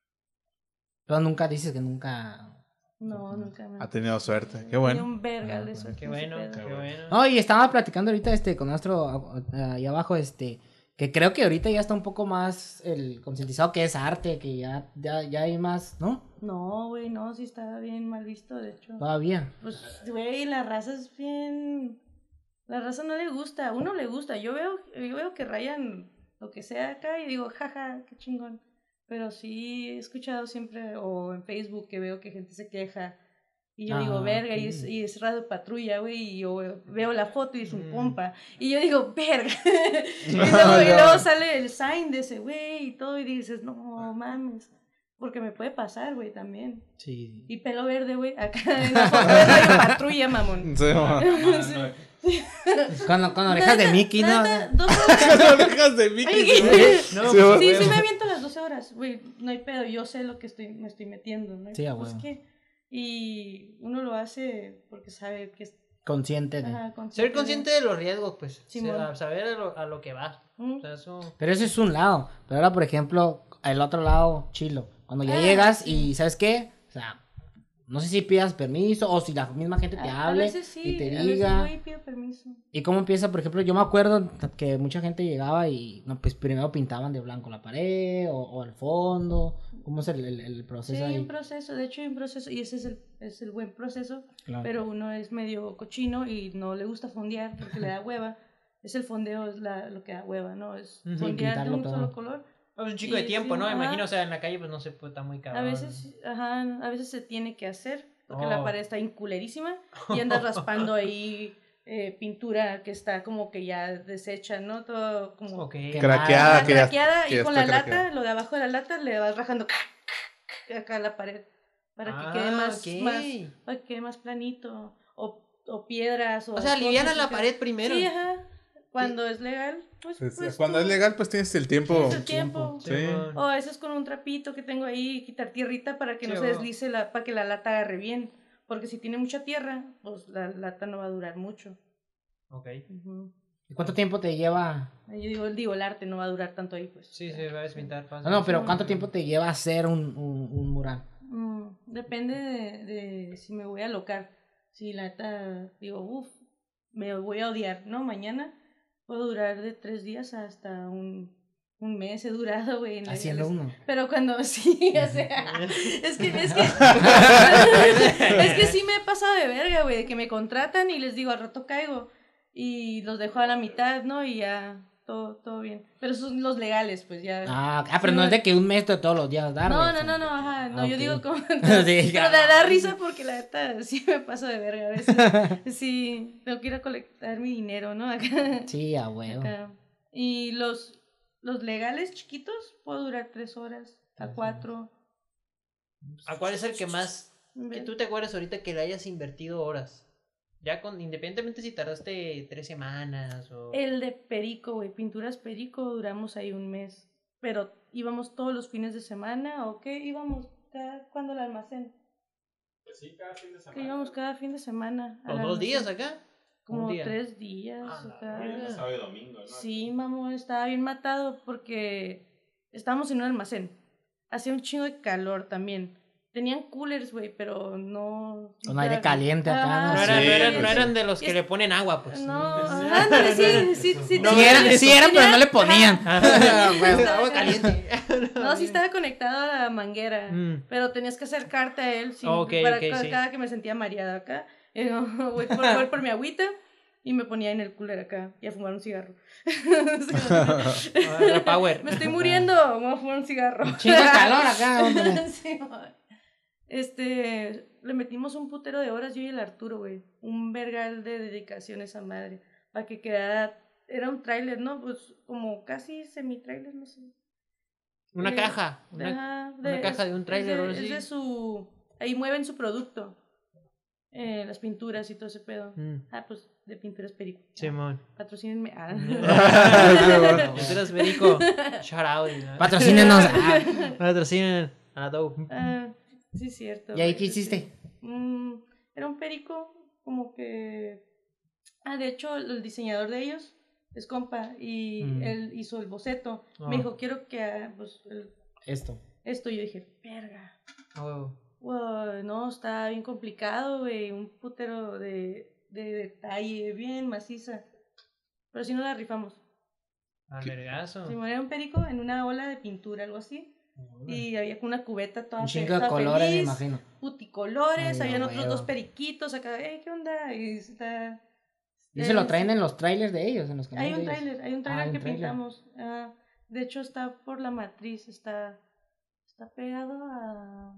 Pero nunca dices que nunca. No, nunca me. Ha tenido suerte. Qué Tenía bueno. un verga de Ah, suerte Qué con ese bueno, pedo. qué bueno. No, y estaba platicando ahorita este con nuestro ahí abajo, este, Que creo que ahorita ya está un poco más el concientizado que es arte, que ya, ya, ya hay más, ¿no? No, güey, no, sí está bien mal visto, de hecho. Todavía. Pues, güey, la raza es bien... La raza no le gusta, a uno le gusta. Yo veo, yo veo que rayan lo que sea acá y digo, jaja, qué chingón. Pero sí he escuchado siempre, o en Facebook, que veo que gente se queja. Y yo Ah, digo, verga, ok. y, es, y es Radio Patrulla, güey, y yo veo la foto y es un Mm. compa. Y yo digo, verga. y, luego, y luego sale el sign de ese güey y todo, y dices, no mames. Porque me puede pasar, güey, también. Sí. Y pelo verde, güey, acá en la foto de Radio Patrulla, mamón. Sí, ma. Sí. Con, con orejas de Mickey, ¿no? Neta, dos horas. Las orejas de Mickey. Ay, Sí, No, sí, pues, ma. Sí, huevo. sí me aviento las doce horas, güey, no hay pedo, yo sé lo que estoy, me estoy metiendo, ¿no? Sí, a Pues, huevo. ¿qué? Y uno lo hace porque sabe que es... Consciente de. Ajá, consciente Ser de- consciente de los riesgos, pues. Simón. Sa- saber a lo, a lo que vas. Mm. O sea, eso... Pero ese es un lado. Pero ahora, por ejemplo, el otro lado, chilo. Cuando ya Ah, llegas sí. y, ¿sabes qué? O sea, no sé si pidas permiso o si la misma gente te A- a hable veces sí, y te a veces diga. voy y pido permiso. ¿Y cómo empieza? Por ejemplo, yo me acuerdo que mucha gente llegaba y, no, pues primero pintaban de blanco la pared o, o el fondo. ¿Cómo es el, el, el Sí, proceso hay ahí? un proceso, de hecho hay un proceso, y ese es el, es el buen proceso, Claro. pero uno es medio cochino y no le gusta fondear porque le da hueva. Es el fondeo, es la, lo que da hueva, ¿no? Es Ujú. fondear de pintarlo un todo. solo color. Es un chico de Y tiempo, sí, ¿no? Me ajá. imagino, o sea, en la calle pues no se puede estar muy A cabrón. veces, ajá, a veces se tiene que hacer porque Oh. la pared está inculerísima y andas raspando ahí eh, pintura que está como que ya deshecha, ¿no? Todo como Ok. Craqueada, ajá, que ya- craqueada que y ya con está la lata, craqueada. lo de abajo de la lata le vas rajando acá la pared para que quede Ah, más, ok. más para que quede más planito o, o piedras o O sea, alivianas cosas la así que- pared primero. Sí, ajá. Cuando es legal, pues, Pues, pues cuando tú- es legal, pues tienes el tiempo. tienes el tiempo. Sí. Simón. O a veces con un trapito que tengo ahí, quitar tierrita para que Sí, no se bueno. deslice, la, para que la lata agarre bien. Porque si tiene mucha tierra, pues la lata no va a durar mucho. Ok. Ujú. ¿Y cuánto tiempo te lleva? Yo digo, digo, el arte no va a durar tanto ahí, pues. Sí, se va a despintar. No, no, pero ¿cuánto tiempo te lleva hacer un, un, un mural? Mm, depende de, de si me voy a alocar. Si la neta, digo, uff, me voy a odiar, ¿no? Mañana puedo durar de tres días hasta un, un mes he durado, güey. en- Haciendo en- uno. Pero cuando sí, o sea, es que, es que, es que sí me he pasado de verga, güey, de que me contratan y les digo, al rato caigo y los dejo a la mitad, ¿no? Y ya, todo, todo bien. Pero esos son los legales, pues ya. Ah, ah, pero Sí, no es güey. de que un mes de todos los días darle. No, o no, sea. no, no, ajá, no, Ah, yo ok. digo como... Sí, pero ya. da, da risa porque la neta sí me paso de verga a veces. Sí, tengo que ir a colectar mi dinero, ¿no? Acá. Sí, a huevo. acá. Y los, los legales chiquitos puedo durar tres horas a cuatro. ¿A cuál es el que más, que tú te acuerdas ahorita que le hayas invertido horas? Ya con, independientemente si tardaste tres semanas o... El de Perico, güey, pinturas Perico, duramos ahí un mes. Pero íbamos todos los fines de semana, ¿o qué? Íbamos cada, ¿cuándo al almacén? Pues sí, cada fin de Que semana. íbamos cada fin de semana. al ¿Los dos almacén. días acá? Como un día. tres días. Ah, la acá. verga. Sábado y domingo, ¿no? Sí, mamón, estaba bien matado porque estábamos en un almacén. Hacía un chingo de calor también. Tenían coolers, güey, pero no... Con aire caliente acá, Ajá, ¿no? No, eran, Sí, no, eran, no sí. eran de los Y que es- le ponen agua, pues. No, ajá, ándale, sí, sí, sí. No, Sí tenía- eran, sí eran, pero no le ponían. Ah, Huevo. agua caliente. No, sí estaba conectado a la manguera, Mm. pero tenías que acercarte a él sí, Ok, para ok, ca- sí. cada que me sentía mareada acá. Y yo, voy, por, voy por mi agüita y me ponía en el cooler acá y a fumar un cigarro. Ah, Power. Me estoy muriendo, voy a fumar un cigarro. Chingo de calor acá, hombre. Sí, güey. Este, le metimos un putero de horas yo y el Arturo, güey. Un vergal de dedicación a esa madre. Para que quedara, era un tráiler, ¿no? Pues como casi semi-tráiler, no sé. Una Eh, caja. Una... Ajá, una caja de un tráiler es o de, algo así. es de su, ahí mueven su producto. Eh, las pinturas y todo ese pedo. Mm. Ah, pues de pinturas Perico. Simón. Patrocínenme. Ah. Pinturas Perico. Shout out. ¿no? Patrocínenos. Ah, Patrocinen a la Dow. Ah, sí, es cierto. ¿Y ahí güey, qué sí, hiciste? sí. Mm, era un perico como que... Ah, de hecho, el, el diseñador de ellos es compa y Mm. él hizo el boceto. Ah. Me dijo, quiero que ah, pues, el- Esto. esto. Yo dije, verga. A huevo. Wow, no, está bien complicado, güey. Un putero de, de detalle, bien maciza. Pero si no la rifamos. Al vergazo. Se moría un perico en una ola de pintura, algo así. Y había una cubeta toda Un fe- chingo de toda colores, me feliz, imagino. puticolores, Ay, habían no, otros huevo. dos periquitos acá, eh, ¿qué onda? Y está... Y se lo es- traen en los trailers de ellos, en los Hay canales un de ellos. tráiler, hay un Ah, tráiler hay un que tráiler. pintamos. Ah, de hecho está por la matriz, está, está pegado a...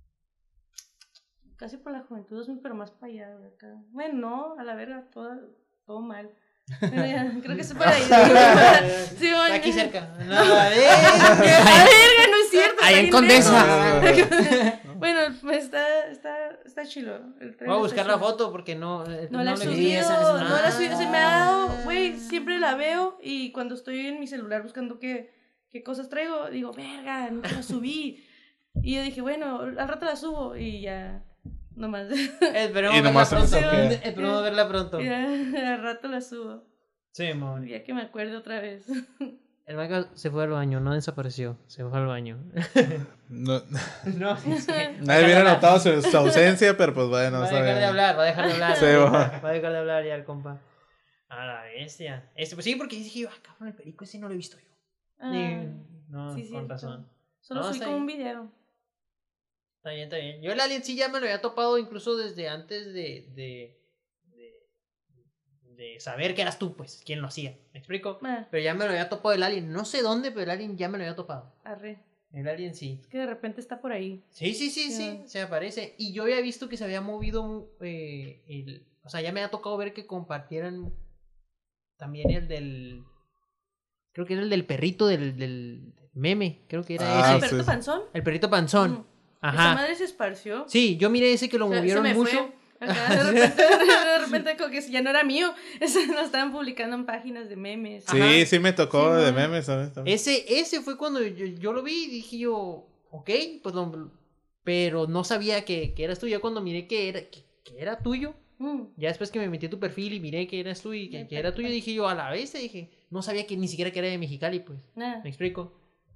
Casi por la Juventud dos mil, pero más para allá, de acá. Bueno, no, a la verga, todo, todo mal. Bueno, ya, creo que es por ahí. Sí, Está bueno. aquí cerca. No, A la verga, no es cierto. Ahí está en bien Condesa. lejos. Bueno, pues está, está, está chilo. El tren voy a está buscar la chilo. foto porque no. eh, No la he le- subido, Sí, esa- esa- no la he subido, se me ha dado, Ah. güey, siempre la veo y cuando estoy en mi celular buscando qué, qué cosas traigo, digo, verga, no te la subí. Y yo dije, bueno, al rato la subo y ya, nomás, Esperemos Y verla nomás se pronto. nos queda. Esperemos verla pronto. ya, al rato la subo, Sí, mon. ya que me acuerde otra vez. El Michael se fue al baño, no desapareció. Se fue al baño. No, No, es que- nadie hubiera notado su, su ausencia, pero pues bueno, Va a sabe. dejar de hablar, va a dejar de hablar. Sí, va, va. va a dejar de hablar ya el compa. A la bestia. Este, pues sí, porque dije yo, ah, cabrón, el perico ese no lo he visto yo. Ah, Y- no, sí, con cierto. razón. Solo No, subí está como un bien. video. Está bien, está bien. Yo el alien sí ya me lo había topado incluso desde antes de, de, de, de saber que eras tú, pues, quién lo hacía. ¿Me explico? Ah, Pero ya me lo había topado el alien. No sé dónde, pero el alien ya me lo había topado. arre, El alien sí. es que de repente está por ahí. Sí, sí, sí, sí, Ya. se aparece. Y yo había visto que se había movido eh, el... O sea, ya me ha tocado ver que compartieran también el del... Creo que era el del perrito del, del meme. Creo que era Ah, ¿El ese. sí, perrito sí. panzón? El perrito panzón. Mm. Esa Ajá. madre se esparció. Sí, yo miré ese que lo Se- se movieron me mucho. fue. Ajá, de repente, de repente como que ya no era mío. Eso lo estaban publicando en páginas de memes. Sí, Ajá. sí me tocó Sí, de no. memes, ¿sabes? También. Ese, ese fue cuando yo, yo lo vi y dije yo, ok, pues lo- pero no sabía que, que eras tú. Ya cuando miré que era, que, que era tuyo, Mm. ya después que me metí a tu perfil y miré que eras tú y que, Ya, que era tuyo, perfecto. dije yo, a la vez, dije, no sabía que ni siquiera que era de Mexicali, pues. Nada. ¿Me explico?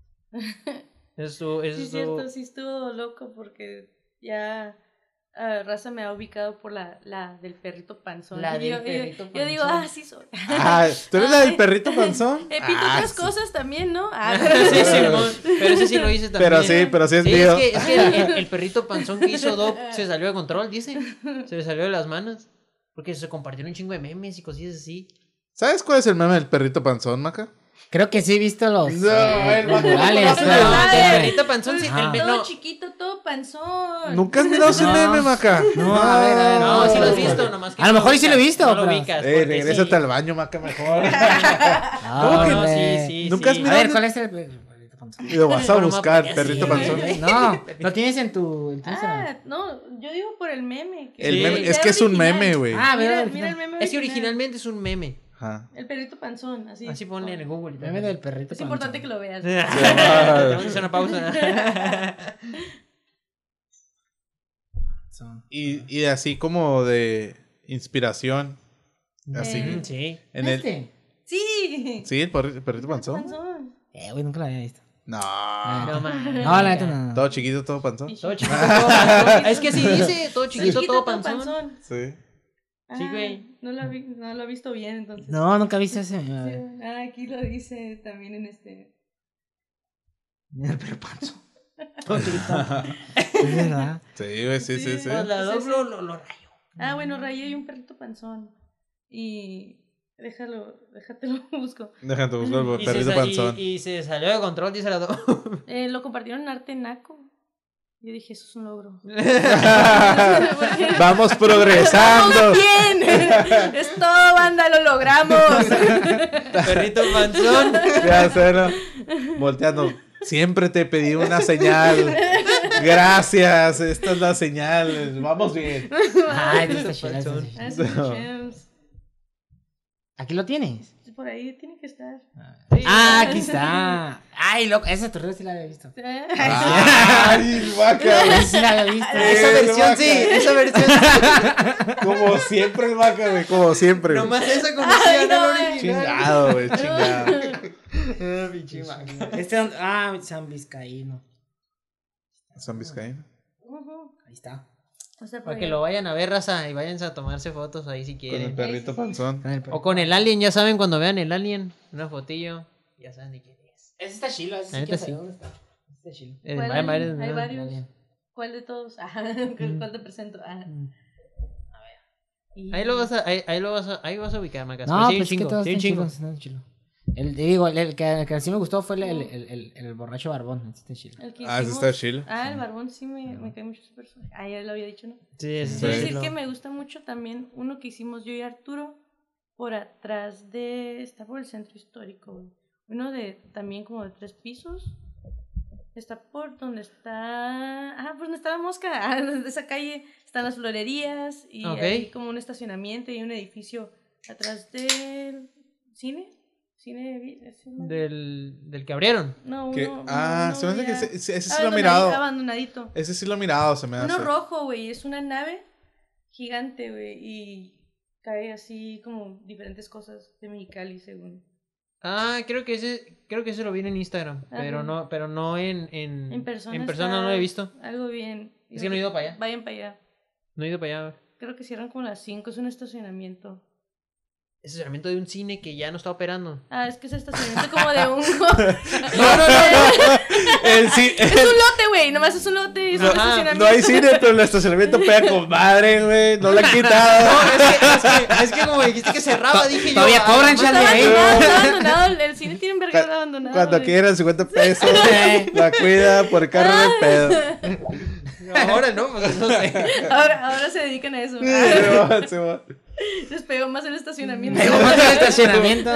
Eso, eso Sí, es cierto, sí estuvo loco porque ya ah, Raza me ha ubicado por la, la del perrito panzón. La Y yo, del yo- perrito yo digo, panzón. ah, sí soy. Ah, ¿tú eres la del perrito panzón? He pinto Ah, otras sí. cosas también, ¿no? Ah, Sí, Simón, pero ese sí lo hice también. Pero sí, pero sí es Sí, mío. es que, es que el, el- el perrito panzón que hizo Doc se salió de control, dice. Se le salió de las manos. Porque se compartieron un chingo de memes y cosillas así. ¿Sabes cuál es el meme del perrito panzón, Maca? Creo que sí he visto los, No, eh, el los vato murales. no pero- conoce No, nada. el sí. perrito panzón, sí, Ajá. el me- todo no. chiquito, todo panzón. ¿Nunca has mirado ese No. meme, Maca? No, a ver, a ver. No, sí lo has no. visto, nomás que A lo no mejor y sí lo he ubicas, visto, No lo pero- ubicas. Eh, porque regrésate sí. al baño, Maca, mejor. Ah, ¿Cómo que No, hombre. sí, sí, ¿Nunca has sí. A mirado? ver, ¿cuál es el perrito panzón? Y lo vas a Pero buscar, más perrito porque panzón. sí. No, lo tienes en tu, en tu Instagram. Ah, no, yo digo por el meme. que- El Sí. meme, Sea es que es un original. meme, güey. Ah, Mira, mira, mira el meme Es que original. originalmente es un meme. Ajá. El perrito panzón, así. Así ponle en el Google. meme del perrito Es importante que panzón. lo veas. Tenemos que hacer una pausa. Son- Y, y así como de inspiración. Así. Eh. Mm, Sí. En el, ¿Este? Sí. sí, el perri- perrito panzón. Panzón. Eh, güey, nunca lo había visto. No. No, man. No, la neta no. Todo chiquito, todo panzón. Todo chiquito, todo panzón. Es que así dice, todo chiquito, todo panzón. Sí. Ah, Sí, güey. No lo, ha vi- no lo ha visto bien, entonces. No, nunca he visto ese. A ver. Sí. Ah, aquí lo dice también en este. Mira el perro panzón. Todo chiquito. Es verdad. Sí, güey, sí, sí, sí. Pues la Sí, Doc sí. lo, lo, lo rayó. Ah, bueno, rayé un perrito panzón. Y. Déjalo, déjate lo busco. Déjate buscar el Y se, perrito sa- panzón. y, y se salió de control, dice la Doc. Eh, lo compartieron en Arte Naco. Yo dije, eso es un logro. Vamos progresando. ¡Vamos bien! Es todo, banda, lo logramos. Perrito panzón. Ya sé, ¿no? Volteando. Siempre te pedí una señal. Gracias, esta es la señal. Vamos bien. Ay, esto está chido, esto está chido. Ah, esos son gems. Aquí lo tienes. Por ahí tiene que estar. Ah, aquí está. Ay, loco, esa torre sí la había visto. Ay, vaca. Esa sí la había visto. Esa Eh, versión vaca. sí, esa versión sí. Como siempre, vaca, güey. Como siempre. güey. Nomás esa conocía, Ay, no no, la eh. original. Chingado, güey, chingado. Ah, pinche máquina. Este, ah, San Vizcaíno. San Vizcaíno. Ujú. Ahí está. O sea, por Para que ahí. lo vayan a ver, raza, y váyanse a tomarse fotos ahí si Con el quieren. perrito panzón. Con el perro. O con el alien, ya saben, cuando vean el alien, una fotillo. ya saben de quién es. Ese está chilo, ese La neta sí. sí. ¿Dónde está? Ese está chilo. Eh, ¿Cuál hay hay? varios, Hay ¿no? varios. Dale. ¿Cuál de todos? Ah, ¿cuál te presento? Ah. Mm. Y- Ahí lo vas a, ahí, ahí lo vas a, ahí vas a ubicar, Macas. No, pero sí, un pues es que chingo, todos sí, un están chingo. chilos, están chilos. El, te digo, el, el que, el que sí me gustó fue el, el, el, el, el borracho barbón. Ese está chilo. El que Ah, ese hicimos- está chilo. Ah, el barbón sí me, me cae mucho ese personaje. Ah, ya lo había dicho, ¿no? Sí, ese Sí. Quiero sí, decir lo- que me gusta mucho también uno que hicimos yo y Arturo por atrás de... Está por el centro histórico, güey. Uno de también como de tres pisos. Está por donde está... Ah, por donde está la mosca. Ah, de esa calle están las florerías y Ok. hay como un estacionamiento y un edificio atrás del cine. Cine... vi- cine- Del, del que abrieron. No, Que- uno... ah, uno se me hace que ya- ese, ese- ese sí lo he abandonadi- mirado. Abandonadito. Ese sí lo he mirado, se me hace. Uno rojo, güey, es una nave gigante, güey, y cae así como diferentes cosas de Mexicali, según. Ah, creo que ese, creo que ese lo vi en Instagram, Ajá. pero no, pero no en, en, En persona. en persona está no lo he visto. Algo bien. Es que no he ido para allá. Vayan para allá. No he ido para allá. Creo que cierran como a las cinco, es un estacionamiento. Estacionamiento de un cine que ya no está operando. Ah, es que es estacionamiento como de un... No, no, no, El ci- es un lote, güey, nomás es un lote y es un no, estacionamiento. no hay cine, pero el estacionamiento pega con madre, güey. No lo han no. quitado. Es que, es, que, es que como dijiste que cerraba, dije yo. Todavía ah, cobran, no, chale, Está ahí. abandonado, está abandonado, el- el cine tiene un vergüenza abandonado. Cuando güey. quieran cincuenta pesos, la cuida por carro de pedo. Ahora no, pues no sé. Ahora, ahora se dedican a eso. Sí, va, sí, va. Les pegó más el estacionamiento. Me gusta el estacionamiento.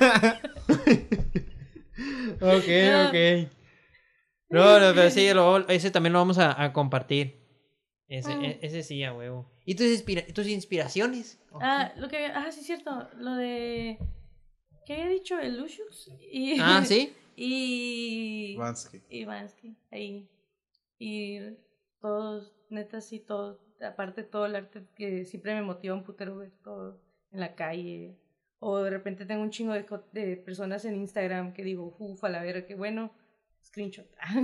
Ok, ok. No, no, pero sí, lo- ese también lo vamos a, a compartir. Ese, Mm. e- ese sí, a huevo. ¿Y tus, inspira tus inspiraciones? Ah, lo que había- ah, sí, cierto. Lo de. ¿Qué había dicho? El Lucius. Y, Ah, ¿sí? Y. Vansky. Y Vansky. Ahí. Y todos, neta, sí, todo. Aparte, todo el arte que siempre me motiva un putero ver todo en la calle. O de repente tengo un chingo de, co- de personas en Instagram que digo, uff, a la verga, qué bueno. Screenshot.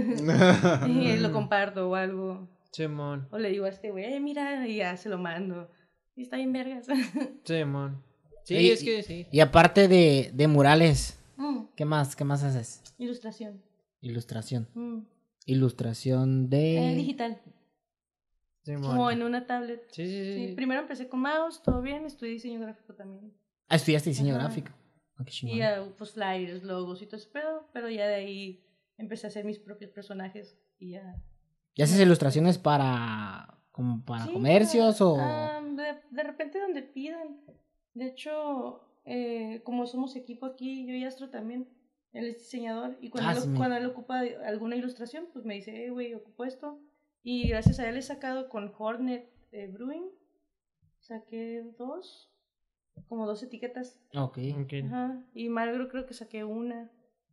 Y lo comparto o algo. Simón, O le digo a este güey, eh, mira, y ya se lo mando. Y está bien vergas. Simón. Sí, Y- es que sí. Y aparte de, de murales, Mm, ¿qué más? ¿Qué más haces? ilustración. Ilustración. Mm. Ilustración de... Eh, digital. Simón. Como en una tablet. Sí, sí, sí. Sí, primero empecé con mouse, todo bien, estudié diseño gráfico también. Ah, estudiaste diseño Ajá. gráfico. Ah, qué chingón. Y ya, pues flyers, logos y todo ese pedo, pero ya de ahí empecé a hacer mis propios personajes y ya. ¿Y haces ilustraciones para... como para Sí, comercios ah, o...? ah, de, de repente donde pidan. De hecho, eh, como somos equipo aquí, yo y Astro también, él es diseñador, y cuando, Ah, él, sí, me- cuando él ocupa de- alguna ilustración, pues me dice, eh, güey, ocupo esto. Y gracias a él he sacado con Hornet eh, Brewing, saqué dos, como dos etiquetas. Ok. Ok. Ajá. Y Malgro creo que saqué una.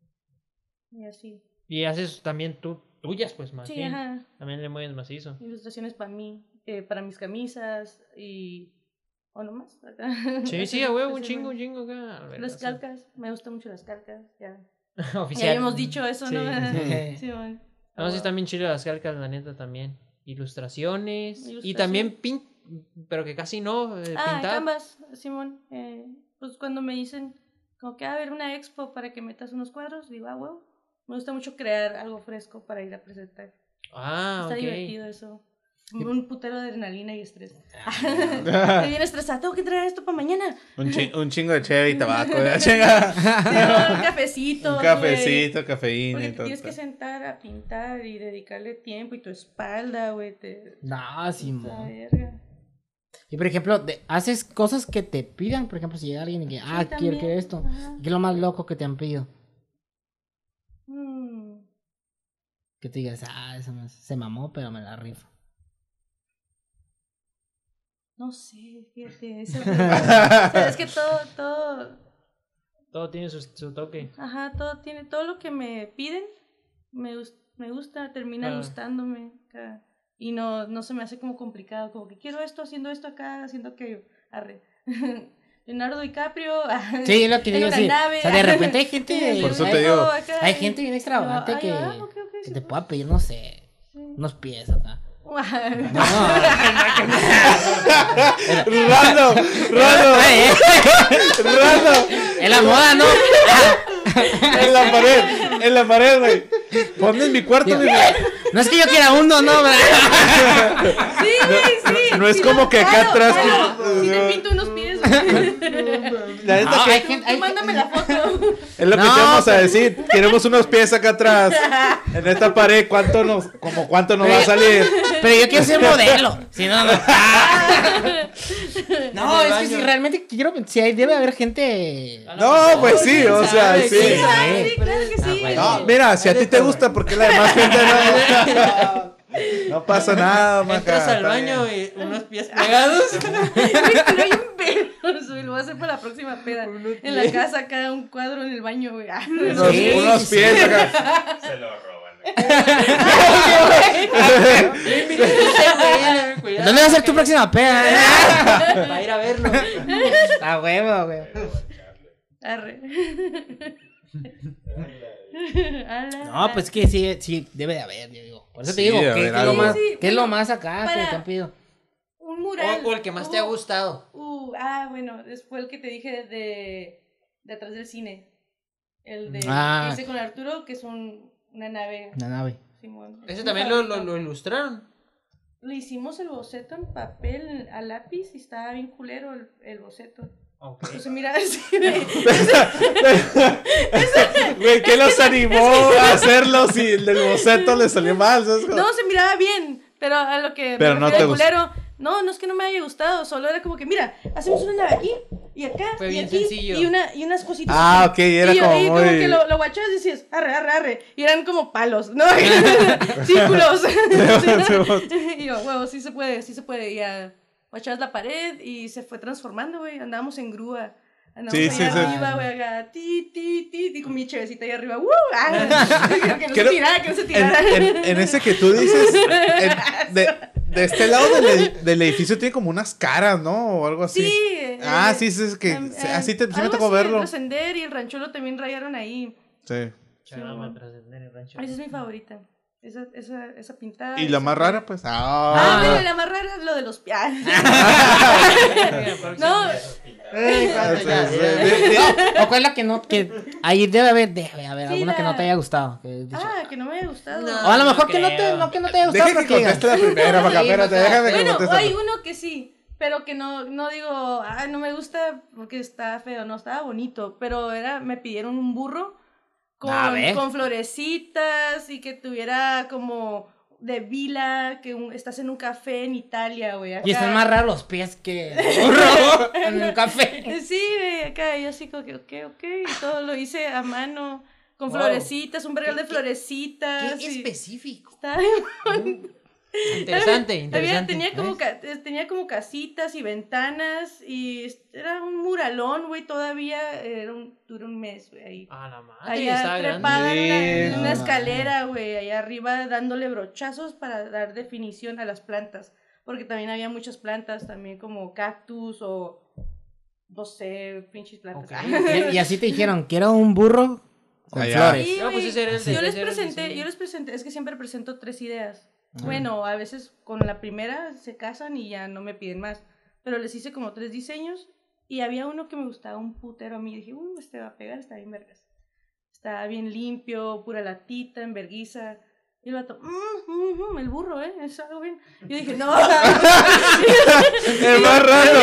Y así. Y haces también tú, tuyas, pues, más Sí, bien. ajá. También le mueves macizo. Ilustraciones para mí, eh, para mis camisas y... ¿O no más? Acá. Sí, sí, Así, a huevo, un así, chingo, un ¿no? chingo acá. a ver, Las así. calcas, me gustan mucho las calcas, ya. Oficial. Ya habíamos dicho eso, ¿no? Sí. Sí, man. No, sí están bien chidas las calcas, la neta, también. Ilustraciones. Y Ilustración. también pin... pero que casi no, eh, Ah, pintar. Canvas, Simón. Eh, pues cuando me dicen como que va a haber una expo para que metas unos cuadros, digo, ah, huevo. Me gusta mucho crear algo fresco para ir a presentar. Ah, Está ok. divertido eso. Un putero de adrenalina y estrés. Estoy bien estresada, tengo que traer esto para mañana. Un, chi- un chingo de cheve y tabaco. ¿verdad? Chinga. Sí, un cafecito. Un güey. cafecito, cafeína Porque y te todo. tienes que sentar a pintar y dedicarle tiempo y tu espalda, güey. Te... No, sí, La mo. verga. Y por ejemplo, de- haces cosas que te pidan. Por ejemplo, si llega alguien y que, ah, quiero también. que esto. Ajá. ¿Qué es lo más loco que te han pedido? Mm, Que te digas, ah, eso me- se mamó, pero me la rifo. no sé, fíjate. Esa pregunta. O sea, es que todo, todo, Todo tiene su, su toque. ajá, todo tiene, todo lo que me piden, me, gus- me gusta, termina Ah. gustándome. Acá. Y no, no se me hace como complicado, como que quiero esto, haciendo esto acá, haciendo aquello. Arre. Leonardo DiCaprio. Sí, es lo que en digo, una sí. nave. O sea, de repente hay gente... Por eso Ay, te digo. no, acá, Hay gente bien extravagante Ay, que, ah, ok, ok, que sí, te pues. pueda pedir, no sé, Sí. unos pies acá. No. ¡Rando! ¡Rando! Eh, ¡Rando! Es la moda, ¿no? Ah, En la pared, en la pared, güey. Ponme en mi cuarto, güey. No es que yo quiera uno, no, ¿verdad? Sí, güey, sí. No es Sí, como lo- que acá claro, atrás- claro. Sí te pinto unos pies, güey. La neta No, que hay gente- Tú mándame la foto. es lo que No, te vamos a pero- decir. Queremos unos pies acá atrás. En esta pared, ¿cuánto nos, como cuánto nos va a salir? Pero yo quiero ser modelo. Si no, no. No, es que si realmente quiero. Si hay, debe haber gente. No, pues sí, o sea, ¿Sabe? sí. ¿Quién Sí, sabe? sí, claro que sí. bueno. No, mira, si a ti te gusta, ¿por qué la demás gente no? No pasa nada, maca. Entras al está baño bien. y unos pies pegados. Güey, pero hay un pedo, güey, lo voy a hacer para la próxima peda. En la casa, acá, un cuadro en el baño, güey. Ah, no, Unos, Sí, unos sí, pies sí. acá. Se lo roban. güey. ¿Dónde va a ser tu próxima peda? Para ir a verlo. A huevo, güey. Arre. Ala. No, pues que sí, sí, debe de haber, yo digo. Por eso te Sí, digo, debe ¿qué, haber qué es lo algo. más, Sí, qué es lo bueno, más acá para- que te han pedido? Un mural. O, o el que más te ha Uh, gustado. Uh, ah, bueno, es- fue el que te dije de, de atrás del cine. El de Ah. que hice con Arturo, que es un, una nave. La nave. Simón. Ese Es también mi lo, lo, favorito. lo ilustraron. Le hicimos el boceto en papel a lápiz y estaba bien culero el, el boceto. Ok. Entonces, mira, así de- Güey, ¿qué los animó a hacerlo si el del boceto le salió mal? ¿Sabes? no, se miraba bien, pero a lo que Pero me no refiero te al culero, no, no es que no me haya gustado, solo era como que, mira, hacemos una nave aquí y acá Fue y bien aquí sencillo. y, una, y unas cositas. Ah, aquí. ok, era y yo- como y muy- que lo, lo guachabas y decías, arre, arre, arre, y eran como palos, ¿no? Círculos. Y yo, huevo, sí se puede, sí se puede, y ya guachabas la pared y se fue transformando, güey, andábamos en grúa. Andábamos Sí, ahí sí, sí. arriba, güey, acá, ti, ti, ti, y con mi chevecita ahí arriba, ¡uh! Ah, que no se Creo- tirara, que no se En, tirara. en- en ese que tú dices, en- de, de este lado del, ed- del edificio tiene como unas caras, ¿no? O algo así. Sí. Ah, eh, sí, sí, es que em, sí, em, así te, sí me algo tocó así, verlo. El Trascender y el Ranchuelo también rayaron ahí. Sí. Charama, trascender el rancho. Esa es mi favorita. Esa, esa, esa pintada. Y la esa- más rara, pues. Ah, Ah, bueno, la más rara es lo de los pies. No, Ay, cuánto ya. Sí, sí, sí. ¿O cuál es la que no? Que ahí debe haber, debe haber Sí, alguna que la- no te haya gustado. Que has dicho. ah, que no me haya gustado. No. O a lo mejor no que no te, creo. no, que no te haya gustado. Deja que pero que digas, conteste la primera, Maca, Sí, espérate, Maca. déjame que Bueno, conteste. hay uno que sí, pero que no, no digo, ah, no me gusta porque está feo, no, estaba bonito, pero era, me pidieron un burro con, A ver. con florecitas y que tuviera como de vila, que un- estás en un café en Italia, güey. acá. Y están más raros los pies que el burro en un café. Sí, güey, acá yo así como que, ok, ok, y todo lo hice a mano, con Wow. florecitas, un vergal de ¿Qué- qué- florecitas. Qué y- específico. Está Interesante, Había, interesante. tenía, como ¿ves? ca- eh, tenía como casitas y ventanas y es- era un muralón, güey, todavía era un, duró un mes, güey, ahí. A la madre, Allá estaba trepada en una, en Sí, una no, escalera, güey, allá arriba dándole brochazos para dar definición a las plantas, porque también había muchas plantas, también como cactus o, no sé, pinches plantas. Ok. Y, y así te dijeron, quiero un burro con Allá. flores. Sí, No, pues güey. ese era el- yo ese les era el presenté, diseño. yo les presenté, es que siempre presento tres ideas. Ah. Bueno, a veces con la primera se casan y ya no me piden más. Pero les hice como tres diseños y había uno que me gustaba un putero a mí. Dije, uh, este va a pegar, está bien vergas. Está bien limpio, pura latita, en verguiza. Y el vato, mm, mm, mm, el burro, ¿eh? Es algo bien. Yo dije, no. Es más raro.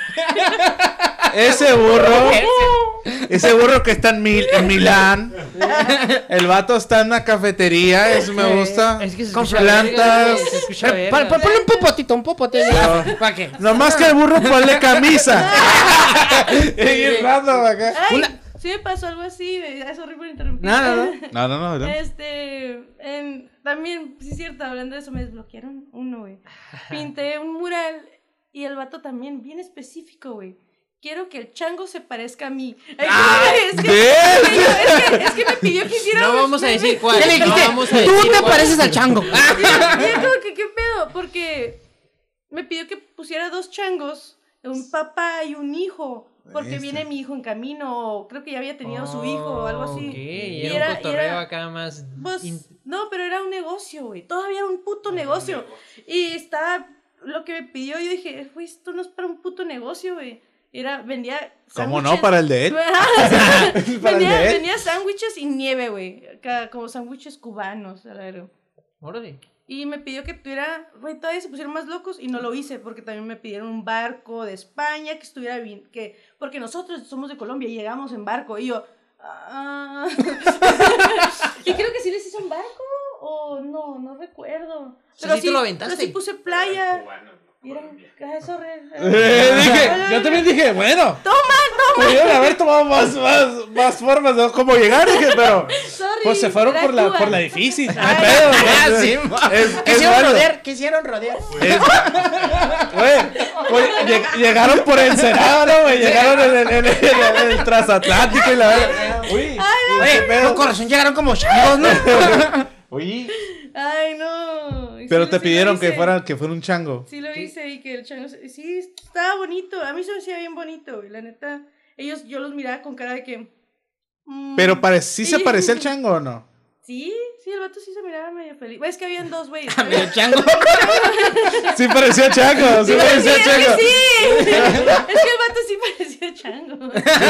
Ese burro. Ese burro que está en, Mil- en Milán. El vato está en una cafetería. Eso me gusta. Es que se Con escucha plantas. verga, güey, se escucha Pero, verga. pon- pon- ponle un popotito, un popotito. No. ¿Para qué? Nomás que el burro ponle camisa. Es bien raro acá. Ay, Una- sí me pasó algo así. Es horrible interrumpir. No, no, no. No, no, no. no. Este, en, también, sí es cierto, hablando de eso, me desbloquearon uno, güey. Pinté un mural y el vato también, bien específico, güey. Quiero que el chango se parezca a mí. Ay, es, que, ¿Ves? es, que, es que me pidió que hiciera No un- vamos a decir cuál. ¿Qué le No dijiste? vamos a Tú decir te cuál. pareces al chango. Y yo como que, ¿qué pedo? Porque me pidió que pusiera dos changos, un papá y un hijo. Porque Bestia. viene mi hijo en camino, o creo que ya había tenido su hijo o algo así. Ok, y Y era era- un y cotorreo era- acá más. Pues, in- no, pero era un negocio, güey. Todavía era un puto negocio. Y estaba lo que me pidió, yo dije, güey, esto no es para un puto negocio, güey. Era, vendía ¿Cómo no? sándwiches. Para el de él. Para el vendía, de él. vendía sándwiches y nieve, güey. Acá, como sándwiches cubanos, a la verga. Órale. Y me pidió que tuviera, güey, todavía se pusieron más locos y no lo hice porque también me pidieron un barco de España que estuviera bien, que, porque nosotros somos de Colombia y llegamos en barco y yo, ah. Y creo que sí les hice un barco o no, no recuerdo. sea, sí te lo aventaste. pero sí puse playa. Cubano, no Y era, Colombia. ah, sorry. Eh, dije, yo también dije, bueno. Toma, toma. Pudieron haber tomado más, más, más formas de cómo llegar, dije, pero Sorry. pues se fueron era por la, Cuba. por la difícil. No hay Ay, pedo, Ah, güey. sí, Es- mo- es- ¿Qué es hicieron válido. rodear? ¿Qué hicieron rodear? Es- Güey, güey, lleg- llegaron por Ensenada, ¿no, güey? Llegaron en el, en el- en el transatlántico y la verdad. Uy, Oye, con corazón llegaron como changos, ¿no? Oye, Ay, no. Y pero sí, te sí lo pidieron que hice. fuera, que fuera un chango. Sí lo hice y que el chango... se- Sí, estaba bonito. A mí se me hacía bien bonito, güey. La neta, ellos, yo los miraba con cara de que... mm, Pero pare- ¿sí se y- parecía el chango o no? Sí, sí, el vato sí se miraba medio feliz. Es que habían dos, güey. Medio chango. Sí parecía chango, sí Sí, parecía es que chango. sí. Es que el vato sí parecía chango.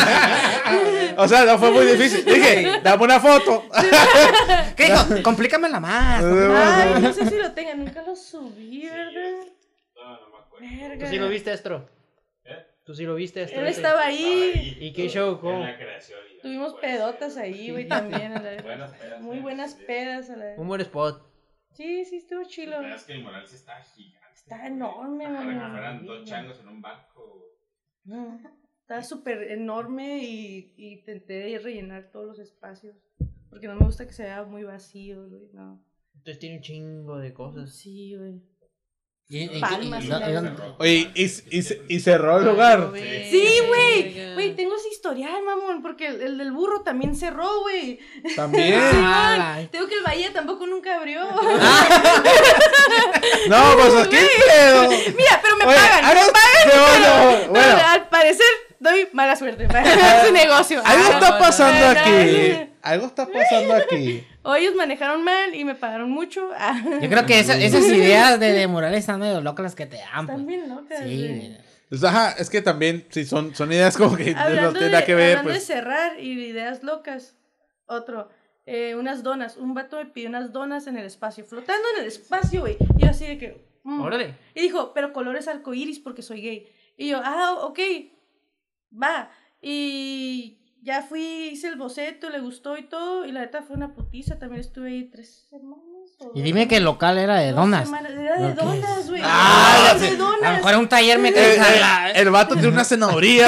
O sea, no fue muy difícil. Dije, dame una foto. ¿Qué dijo? Complícamela más. Ay, no sé si lo tengan. Nunca lo subí, ¿verdad? No, no me acuerdo. Verga. ¿Tú sí lo viste, Astro? ¿Eh? ¿Tú sí lo viste, Astro? Él estaba ahí. ¿Y qué show? ¿Cómo? En la creación. y Tuvimos después, pedotas eh, ahí, güey, también. a la- Buenas pedas. Muy eh, buenas sí. pedas a la Un buen spot. Sí, sí, estuvo chilo. La verdad es que el Moral sí está gigante. Está güey. enorme, Para güey. que fueran dos changos en un barco. No, estaba súper enorme y, y intenté rellenar todos los espacios. Porque no me gusta que se vea muy vacío, güey, no. Entonces tiene un chingo de cosas. Sí, güey. Y- y- Palmas y- y y- la- y- Oye, y, y, y cerró el lugar. Sí, güey. Güey, tengo ese historial, mamón, porque el, el del burro también cerró, güey. También. Ah, la- Tengo que el Bahía tampoco nunca abrió. No, pues aquí pedo. Mira, pero me Oye, pagan, algo- me pagan. qué bueno, pero, bueno. pero al parecer doy mala suerte para su negocio. Algo Ah, está pasando no, no, aquí. no. Algo está pasando aquí. O ellos manejaron mal y me pagaron mucho. Ah, Yo creo que esa- esas ideas de, de Morales están medio locas las que te dan. están Pues. bien locas. Sí, güey. mira. Pues, ajá, es que también, sí, son, son ideas como que no Hablando, tienen de, nada que ver, hablando de pues. cerrar y de ideas locas. Otro. Eh, unas donas. Un vato me pidió unas donas en el espacio. Flotando en el espacio, güey. Y yo así de que... mm. Órale. Y dijo, pero colores arcoíris porque soy gay. Y yo, ah, ok, va. Y ya fui, hice el boceto, le gustó y todo. Y la neta fue una putiza. También estuve ahí tres semanas. o Y dos dime que el local era de dos donas. semanas. Era de Ok. donas, güey. Ah, Era ya de sé. donas. A lo mejor un taller me Eh, eh, cae. el vato tiene una cenaduría,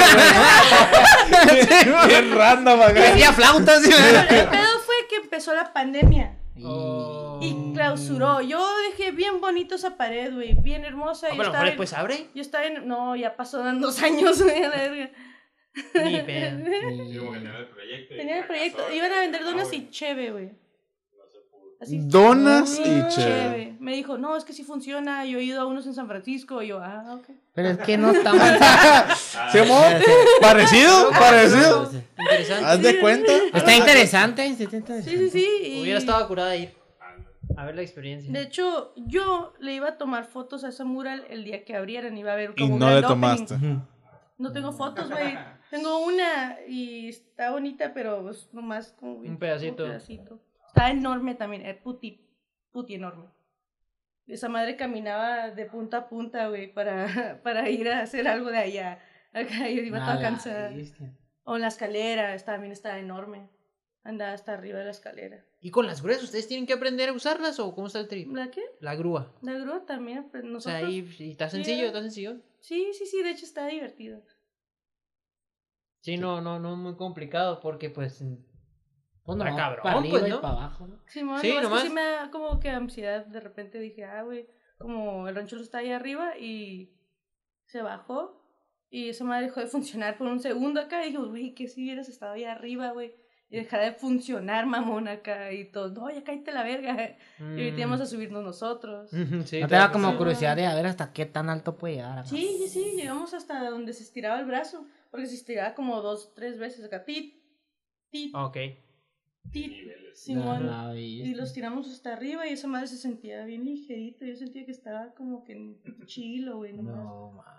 güey. Bien random acá. Vendía flautas. Pero el pedo fue que empezó la pandemia. Oh. Y clausuró. Yo dejé bien bonito esa pared, güey. Bien hermosa. Ah, y pero a lo estaba mejor en- después abre. Yo estaba en... No, ya pasó dan dos años, güey, a la verga. Ni pedo. Sí, como que tenía el proyecto. y Tenía el proyecto. fracasó, Iban a vender no, donas güey. y cheve, güey. No se pudo. Así. Donas Mm, y chévere. Me dijo, no, es que sí funciona. Yo he ido a unos en San Francisco. Y yo, ah, ok. Pero es que no estamos. ¿Sí, amor? ¿Parecido? ¿Parecido? Interesante. ¿Haz de cuenta? Está interesante. sí, está interesante. Sí, sí, sí. y- Hubiera estado curada ir. A ver la experiencia. De hecho, yo le iba a tomar fotos a esa mural el día que abrieran. Iba a haber Y como un no le grand opening. tomaste. No tengo fotos, güey. Tengo una y está bonita, pero pues nomás como bien- Un pedacito. un pedacito. Está enorme también, es puti, puti enorme. Esa madre caminaba de punta a punta, güey, para, para ir a hacer algo de allá. Acá yo iba toda Nada, cansada. bestia. O en la escalera, esta también estaba enorme. Andaba hasta arriba de la escalera. ¿Y con las grúas ustedes tienen que aprender a usarlas o cómo está el trip? ¿La qué? La grúa. La grúa también, pues O nosotros... sea, ahí y está Sí, sencillo, era- está sencillo. Sí, sí, sí, de hecho está divertido. Sí, no, no, no muy complicado porque pues Pues Está no, cabrón, para arriba pues, y ¿no? para abajo, ¿no? Simón, Sí, no, es que nomás. sí me da como que ansiedad. De repente dije, ah, güey, como el rancho está ahí arriba y se bajó y esa madre dejó de funcionar por un segundo acá. Y dije, güey, que si hubieras estado ahí arriba, güey, y dejara de funcionar, mamón, acá y todo. No, ya cállate la verga. Y ahorita íbamos a subirnos nosotros. Mm, sí, No te da claro. como sí. curiosidad de a ver hasta qué tan alto puede llegar. acá? Sí, sí, sí, llegamos hasta donde se estiraba el brazo, porque se estiraba como dos, tres veces acá. Tit, tit. Ok. ti- Niveles. Simón, No, y y- los tiramos hasta arriba y esa madre se sentía bien ligerito. Yo sentía que estaba como que en chilo, güey, nomás. No, ma.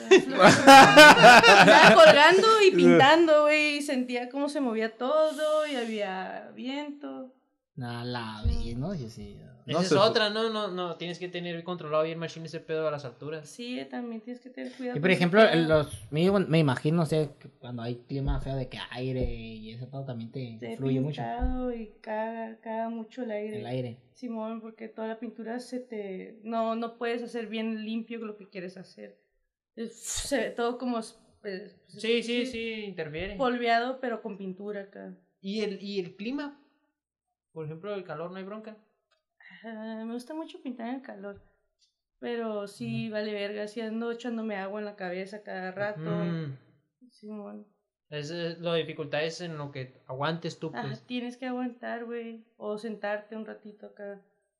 Estaba colgando y pintando, güey, y sentía cómo se movía todo y había viento. No, la vi, ¿no? Yo sí. No Esa es sé, otra, ¿no? No, no, tienes que tener controlado bien machine ese pedo a las alturas. Sí, también tienes que tener cuidado. Y con por ese ejemplo, pedo. el- los, me, me imagino, no sé, que cuando hay clima feo de que aire y ese todo también te Te he influye mucho. pintado y caga, caga mucho el aire. El aire. Simón, porque toda la pintura se te... No, no puedes hacer bien limpio lo que quieres hacer. Es- Se ve todo como... pues, Sí, sí, sí, interfiere. Polveado, pero con pintura acá. ¿Y el, y el clima? Por ejemplo, el calor, no hay bronca. Ah, me gusta mucho pintar en el calor. Pero sí, vale verga. Sí ando echándome agua en la cabeza cada rato. Mm. Simón. Es, eh, la dificultad es en lo que aguantes tú, Ah, pues. tienes que aguantar, güey. O sentarte un ratito acá.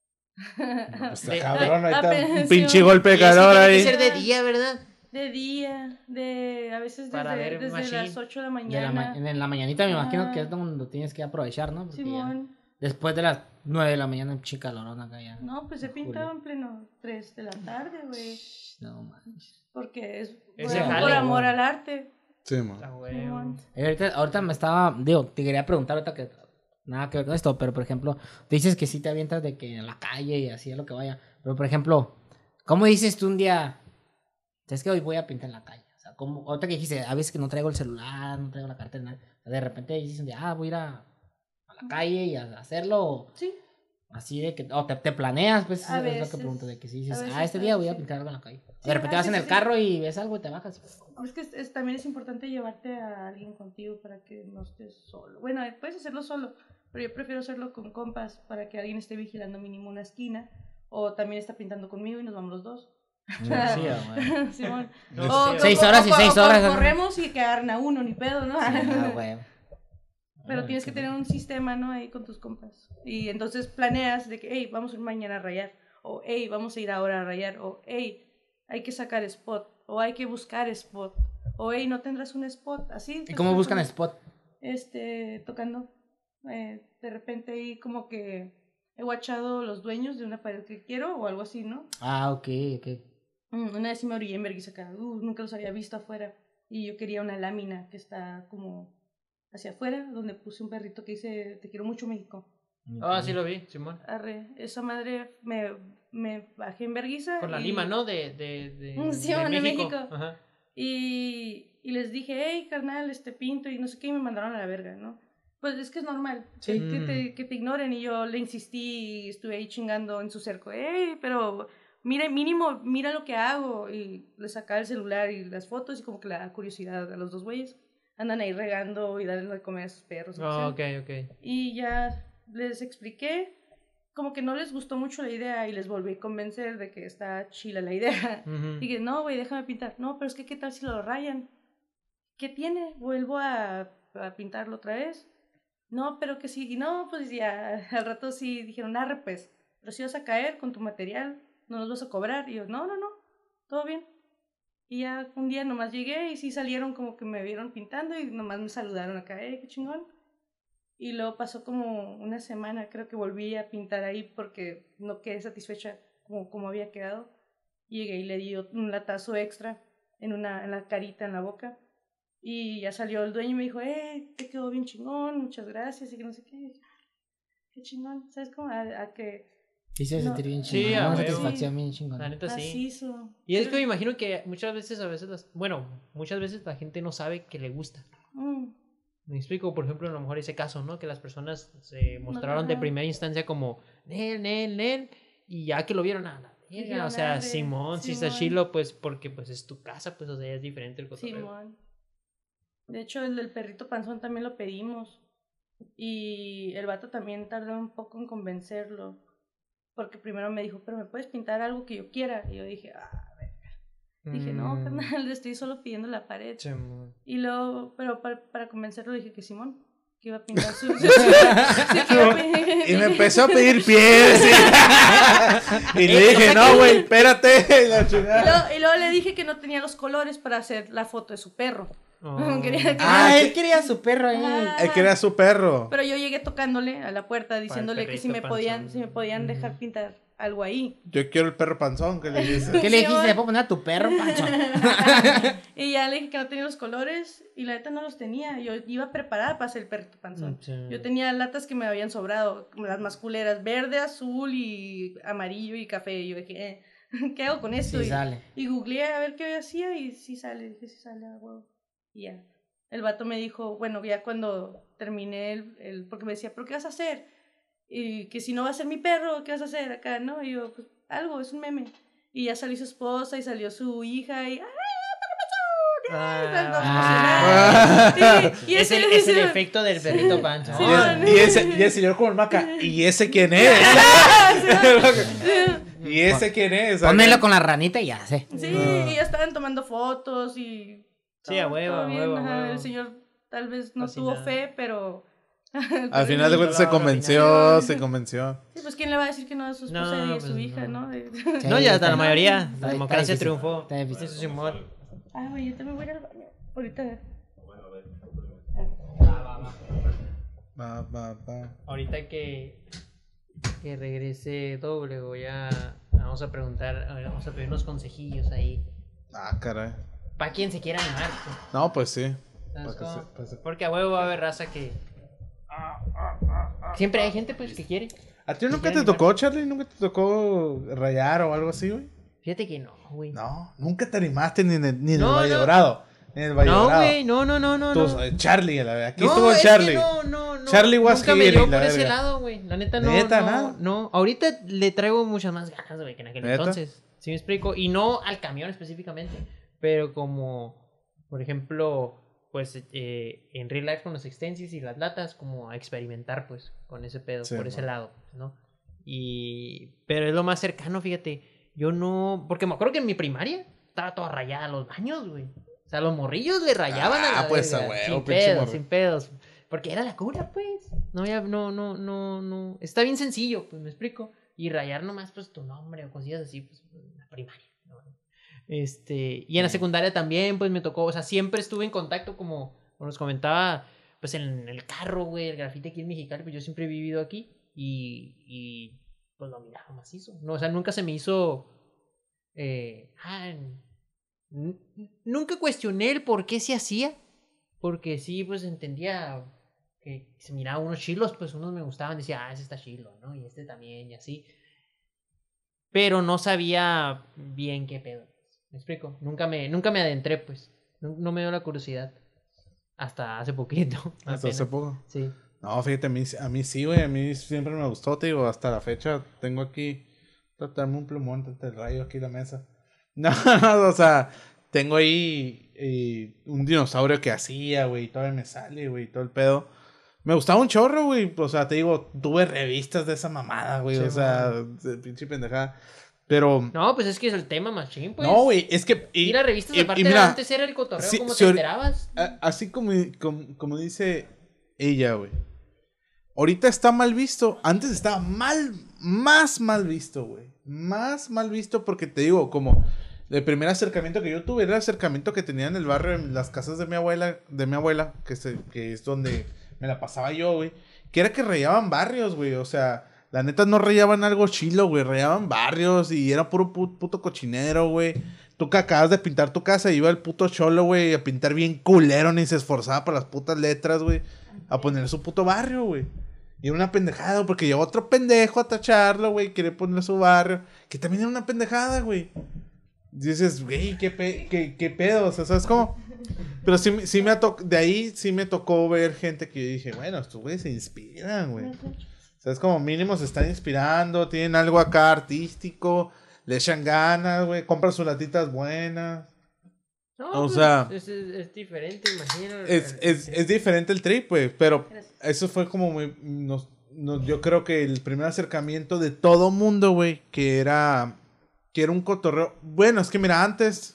Está De- cabrón, ahí de- está un apenas- pinche sí. golpe de Y es que calor tiene ahí. que ser de día, ¿verdad? De día, de a veces Para desde, ver desde machine. las ocho de la De mañana. la ma- en la mañanita me imagino Ajá. que es donde tienes que aprovechar, ¿no? Porque ya Simón. después de las nueve de la mañana, un chica calorón acá ya. No, pues he pintado en pleno tres de la tarde, güey. No manches. Porque es Ese por, jale, por amor güey. al arte. Sí, man. Ah, güey. Simón. Eh, ahorita, ahorita me estaba, digo, te quería preguntar ahorita que nada que ver con esto, pero por ejemplo, te dices que sí te avientas de que en la calle y así es lo que vaya. Pero por ejemplo, ¿cómo dices tú un día? Es que hoy voy a pintar en la calle. O sea, como ahorita que dijiste, a veces que no traigo el celular, no traigo la cartera, nada. O sea, de repente dices un día, ah, voy a ir a, a la calle y a hacerlo. O Sí. así de que, o te, te planeas, pues, A es lo que veces. pregunto, de que si A dices, veces ah, este sí, día voy a sí. pintar algo en la calle. Sí, de repente a vas en el veces sí. carro y ves algo y te bajas. Es que es- es- también es importante llevarte a alguien contigo para que no estés solo. Bueno, eh, puedes hacerlo solo, pero yo prefiero hacerlo con compas para que alguien esté vigilando mínimo una esquina o también está pintando conmigo y nos vamos los dos. Sí, güey. Simón. No, O- sí, Seis o- horas y o- seis o- horas. Corremos y que agarren a uno, ni pedo, ¿no? Ah, güey. Pero tienes que tener un sistema, ¿no? Ahí con tus compas. Y entonces planeas de que, hey, vamos a ir mañana a rayar. O, hey, vamos a ir ahora a rayar. O, hey, hay que sacar spot. O hay que buscar spot. O, hey, no tendrás un spot. Así. ¿Y pues, cómo pues, buscan pues, spot? Este, tocando. Eh, de repente ahí como que he guachado los dueños de una pared que quiero o algo así, ¿no? Ah, ok, ok. Mm, Una vez sí me orillé en vergüenza acá. Uh, nunca los había visto afuera. Y yo quería una lámina que está como hacia afuera, donde puse un perrito que dice, te quiero mucho, México. Ah, sí lo vi, Simón. Arre, esa madre me, me bajé en vergüenza. Con la y- lima, ¿no? De, de, de, Mm, de Simón, de México. México. Ajá. Y, y les dije, hey, carnal, este pinto y no sé qué, y me mandaron a la verga, ¿no? Pues es que es normal Sí. que, te, que te ignoren y yo le insistí y estuve ahí chingando en su cerco, hey, pero mira, mínimo, mira lo que hago y le sacaba el celular y las fotos y como que la curiosidad a los dos güeyes andan ahí regando y dándole de comer a sus perros. o Ah, sea. ok, ok. Y ya les expliqué, como que no les gustó mucho la idea y les volví a convencer de que está chila la idea. Ujú. Dije, no, güey, déjame pintar. No, pero es que, ¿qué tal si lo rayan? ¿Qué tiene? ¿Vuelvo a, a pintarlo otra vez? No, pero que sí. Y no, pues ya, al rato sí dijeron, arre, pues, pero si vas a caer con tu material, no nos vas a cobrar. Y yo, no, no, no, todo bien. Y ya un día nomás llegué y sí salieron como que me vieron pintando y nomás me saludaron acá, eh, qué chingón. Y luego pasó como una semana, creo que volví a pintar ahí porque no quedé satisfecha como, como había quedado. Llegué y le di un latazo extra en, una, en la carita, en la boca. Y ya salió el dueño y me dijo, eh, te quedó bien chingón, muchas gracias y que no sé qué. Qué chingón, ¿sabes cómo? A, a que Sí, se No. sentir bien Sí, chingón. a Una huevo. satisfacción bien La chingona. neta sí. macizo. Y es que me imagino que muchas veces, a veces, las, bueno, muchas veces la gente no sabe que le gusta. Mm, Me explico, por ejemplo, a lo mejor ese caso, ¿no? Que las personas se mostraron de Ajá. primera instancia como, Nel, Nel, Nel, y ya que lo vieron, a la verga, Dijeron, o sea, arre, Simón, si está Simón. chilo, pues porque pues es tu casa, pues o sea, es diferente el cotorreo. Simón. De hecho, el del perrito panzón también lo pedimos. Y el vato también tardó un poco en convencerlo. Porque primero me dijo, pero ¿me puedes pintar algo que yo quiera? Y yo dije, ah, verga. Dije, no, Mm, carnal, le estoy solo pidiendo la pared. Simón. Y luego, pero para, para convencerlo dije que Simón, que iba a pintar su... sí, que iba a pin- Y me empezó a pedir pies. Y le dije, no, güey, espérate. Y la Y chingada. luego, y luego le dije que no tenía los colores para hacer la foto de su perro. Oh. Quería- Ah, él quería a su perro ahí. Ajá. Él quería a su perro. Pero yo llegué tocándole a la puerta diciéndole que si me perrito podían, panzón. si me podían dejar pintar algo ahí. Yo quiero el perro panzón, que le dice. ¿Qué le Sí, dijiste? bueno. ¿Le puedo poner a tu perro, Pancho? Y ya le dije que no tenía los colores y la neta no los tenía. Yo iba preparada para hacer el perrito panzón. Sí. Yo tenía latas que me habían sobrado, como las más culeras, verde, azul y amarillo y café. Y yo dije, eh, ¿qué hago con esto? Sí y, sale. y googleé a ver qué hacía y sí sale, dije, sí sale, a huevo. Y ya. El vato me dijo, bueno, ya cuando terminé el, el, porque me decía, ¿pero qué vas a hacer? Y que si no va a ser mi perro, ¿qué vas a hacer acá? ¿No? Y yo, pues algo, es un meme. Y ya salió su esposa y salió su hija y ¡ay, Ah. perro emocionada! Y, y Es ese, el, es el ese- efecto del perrito pancho. Sí, Y el, y ese, y el señor con el maca. ¿Y ese quién es? ¿Y ese quién es? Pónmelo con la ranita y ya sé. Sí, y ya estaban tomando fotos y... Sí, a huevo, todo a bien, huevo, a ajá. huevo. El señor tal vez no Fascinado. tuvo fe, pero... Al final de cuentas se convenció, se convenció. Sí, pues ¿quién le va a decir que no a su esposa No, y a su pues, hija, no. no? Sí, No, ya hasta está- la mayoría. está- La está democracia difícil. triunfó. Está difícil. Eso es humor. Ah, güey, yo también voy a ir al baño. Ahorita. Va, va, va. Ahorita que, que regrese doble, voy a vamos a preguntar, a ver, vamos a pedir unos consejillos ahí. Ah, caray. Para quien se quiera animar. pues. No, pues sí. ¿Sabes Pa' que cómo? se- pa' se- Porque a huevo va a haber raza que. Siempre hay gente pues que quiere. ¿A ti nunca quiere te animar. tocó, Charlie? ¿Nunca te tocó rayar o algo así, güey? Fíjate que no, güey. No, nunca te animaste ni en el, ni en No, el Valle no. Dorado. Ni en el Valle No, Dorado. güey, no, no, no, no. Tú, no. eh, Charlie, la verdad. Aquí No, estuvo el es que Charlie. no, no, no. Charlie was Nunca me here dio y la por ese verga. lado, güey. La neta no. ¿Neta, no, nada? no. Ahorita le traigo muchas más ganas, güey, que en aquel ¿Neta? entonces. ¿Sí me explico? Y no al camión específicamente. Pero como, por ejemplo, pues eh, en real life con los extensis y las latas, como a experimentar, pues, con ese pedo, Sí, por ese bueno. lado, ¿no? Y. Pero es lo más cercano, fíjate. Yo no. Porque me acuerdo que en mi primaria estaba toda rayada los baños, güey. O sea, los morrillos le rayaban a Ah, la pues, verga, a huevo, sin pinche pedos, morro. sin pedos. Porque era la cura, pues. No, ya, no, no, no, no. Está bien sencillo, pues me explico. Y rayar nomás, pues, tu nombre o cosillas así, pues, en la primaria. ¿no? Este, y en la secundaria también, pues, me tocó, o sea, siempre estuve en contacto, como, como nos comentaba, pues, en el carro, güey, el grafiti aquí en Mexicali, pues, yo siempre he vivido aquí y, y pues, lo miraba macizo. No, o sea, nunca se me hizo, eh, ah, n- nunca cuestioné el por qué se hacía, porque sí, pues, entendía que se miraba unos chilos, pues unos me gustaban, decía, ah, ese está chilo, ¿no? Y este también, y así. Pero no sabía bien qué pedo. ¿Me explico? Nunca me, nunca me adentré, pues. No, no me dio la curiosidad. Hasta hace poquito. Hasta apenas. hace poco. Sí. No, fíjate, a mí, a mí sí, güey. A mí siempre me gustó, te digo. Hasta la fecha tengo aquí. Tratarme un plumón, te rayo aquí la mesa. No, no, o sea, tengo ahí eh, un dinosaurio que hacía, güey. Y todavía me sale, güey. Todo el pedo. Me gustaba un chorro, güey. O sea, te digo, tuve revistas de esa mamada, güey. Sí, o sea, de pinche pendejada. Pero. No, pues es que es el tema más ching, pues. no, güey. Es que. Y, las revistas, y- aparte, y mira, antes era el cotorreo, sí, como sí, te ahori- enterabas. A- Así como, como, como dice ella, güey. Ahorita está mal visto. Antes estaba mal, más mal visto, güey. Más mal visto porque te digo, como el primer acercamiento que yo tuve era el acercamiento que tenía en el barrio, en las casas de mi abuela, de mi abuela, que, se, que es donde me la pasaba yo, güey. Que era que rayaban barrios, güey. O sea, la neta no rayaban algo chilo, güey. Rayaban barrios y era puro pu- puto cochinero, güey. Tú que acabas de pintar tu casa, iba el puto cholo, güey, a pintar bien culero, ni se esforzaba para las putas letras, güey. A poner su puto barrio, güey. Y era una pendejada, porque llegó otro pendejo a tacharlo, güey, quiere poner su barrio. Que también era una pendejada, güey. Dices, güey, ¿qué, pe qué, qué pedo? O sea, ¿sabes cómo? Pero sí, me- sí me ha tocado, de ahí sí me tocó ver gente que yo dije, bueno, estos güeyes se inspiran, güey. O sea, es como mínimo se están inspirando, tienen algo acá artístico, le echan ganas, güey, compran sus latitas buenas. No, o pues, sea, Es, es, es diferente, imagino. Es, es, es diferente el trip, güey, pero eso fue como muy, nos, nos- yo creo que el primer acercamiento de todo mundo, güey, que era, que era un cotorreo. Bueno, es que mira, antes,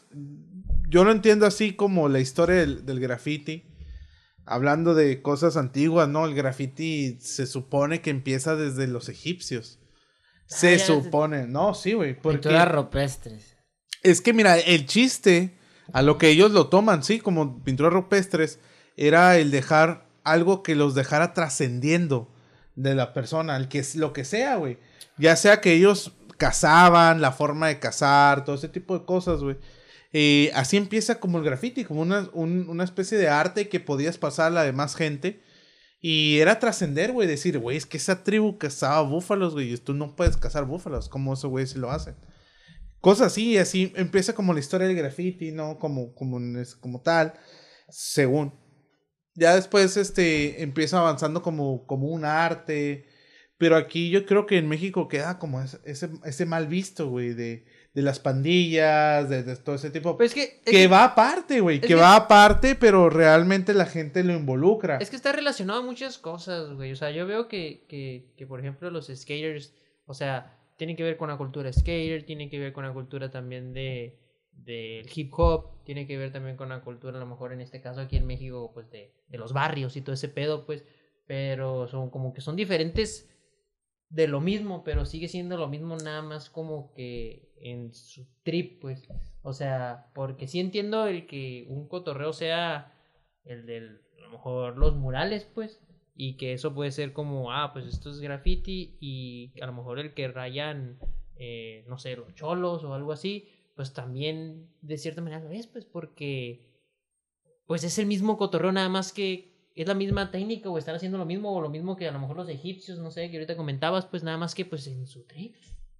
yo lo entiendo así como la historia del, del graffiti, hablando de cosas antiguas, ¿no? El graffiti se supone que empieza desde los egipcios. Se ya, supone, no, sí, güey, porque Pinturas rupestres. es que mira, el chiste, A lo que ellos lo toman, sí, como pinturas rupestres, era el dejar algo que los dejara trascendiendo de la persona, el que es lo que sea, güey. Ya sea que ellos cazaban, la forma de cazar, todo ese tipo de cosas, güey. Eh, así empieza como el graffiti, como una, un, una especie de arte que podías pasar a la demás gente. Y era trascender, güey, decir, güey, es que esa tribu cazaba búfalos, güey, y tú no puedes cazar búfalos, como esos güeyes sí lo hacen. Cosas así, y así empieza como la historia del graffiti, ¿no? Como, como, como tal, según. Ya después este, empieza avanzando como, como un arte. Pero aquí yo creo que en México queda como ese, ese, ese mal visto, güey, de, de las pandillas, de, de todo ese tipo. Pues es que, es que, que va aparte, güey, que, que va aparte, pero realmente la gente lo involucra. Es que está relacionado a muchas cosas, güey. O sea, yo veo que, que, que, por ejemplo, los skaters, o sea, tienen que ver con la cultura skater, tienen que ver con la cultura también de del hip hop, tiene que ver también con la cultura, a lo mejor en este caso aquí en México, pues de, de los barrios y todo ese pedo, pues, pero son como que son diferentes de lo mismo, pero sigue siendo lo mismo nada más como que en su trip, pues. O sea, porque sí entiendo el que un cotorreo sea el del, a lo mejor los murales, pues, y que eso puede ser como, ah, pues esto es graffiti y a lo mejor el que rayan, eh, no sé, los cholos o algo así, pues también de cierta manera lo es, pues, porque pues es el mismo cotorreo, nada más que es la misma técnica o están haciendo lo mismo o lo mismo que a lo mejor los egipcios, no sé, que ahorita comentabas, pues nada más que pues en su trip.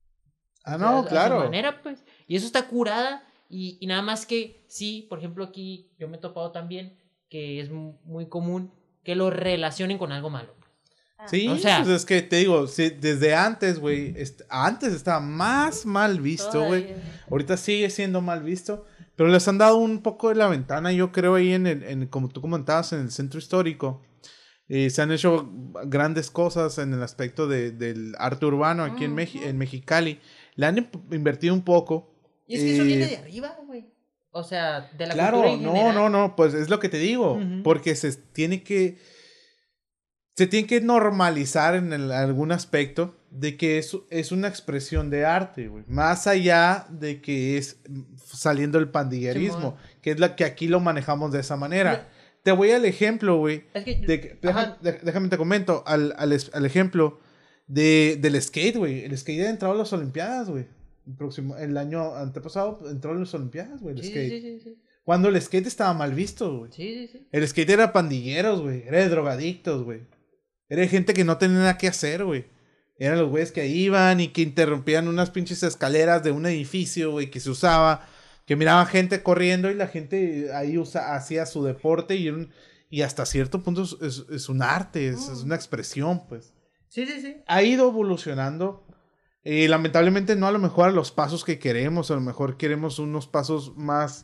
Ah, O no, sea, claro. A su manera, pues. Y eso está curada y, y nada más que sí, por ejemplo aquí yo me he topado también que es muy común que lo relacionen con algo malo. Sí, O sea, pues es que te digo, sí, desde antes, güey, est- antes estaba más mal visto, güey. Todavía. Ahorita sigue siendo mal visto, pero les han dado un poco de la ventana, yo creo, ahí en el, en, como tú comentabas, en el centro histórico. Eh, se han hecho grandes cosas en el aspecto de, del arte urbano aquí en, Meji- en Mexicali. Le han imp- invertido un poco. y es que eso eh, viene de arriba, güey. O sea, de la cultura Claro, en no, general. no, no, pues es lo que te digo, Ujú. porque se tiene que se tiene que normalizar en el- algún aspecto de que es, es una expresión de arte, güey, más allá de que es mm, saliendo el pandillerismo, Simón. que es la que aquí lo manejamos de esa manera. Te voy al ejemplo, güey. Es que, de que- ajá. deja- de- déjame te comento, al, al, es- al ejemplo de, del skate, güey. El skate ha entrado a las Olimpiadas, güey. El, próximo, el año antepasado entró a las Olimpiadas, güey, el Sí, skate. sí, sí, sí. Cuando el skate estaba mal visto, güey. Sí, sí, sí. El skate era pandilleros, güey. Era de drogadictos, güey. Era de gente que no tenía nada que hacer, güey. Eran los güeyes que iban y que interrumpían unas pinches escaleras de un edificio, güey, que se usaba. Que miraban gente corriendo y la gente ahí usa, hacía su deporte y, un, y hasta cierto punto es, es, es un arte, es, es una expresión, pues. Sí, sí, sí. Ha ido evolucionando. Eh, lamentablemente no a lo mejor a los pasos que queremos. A lo mejor queremos unos pasos más,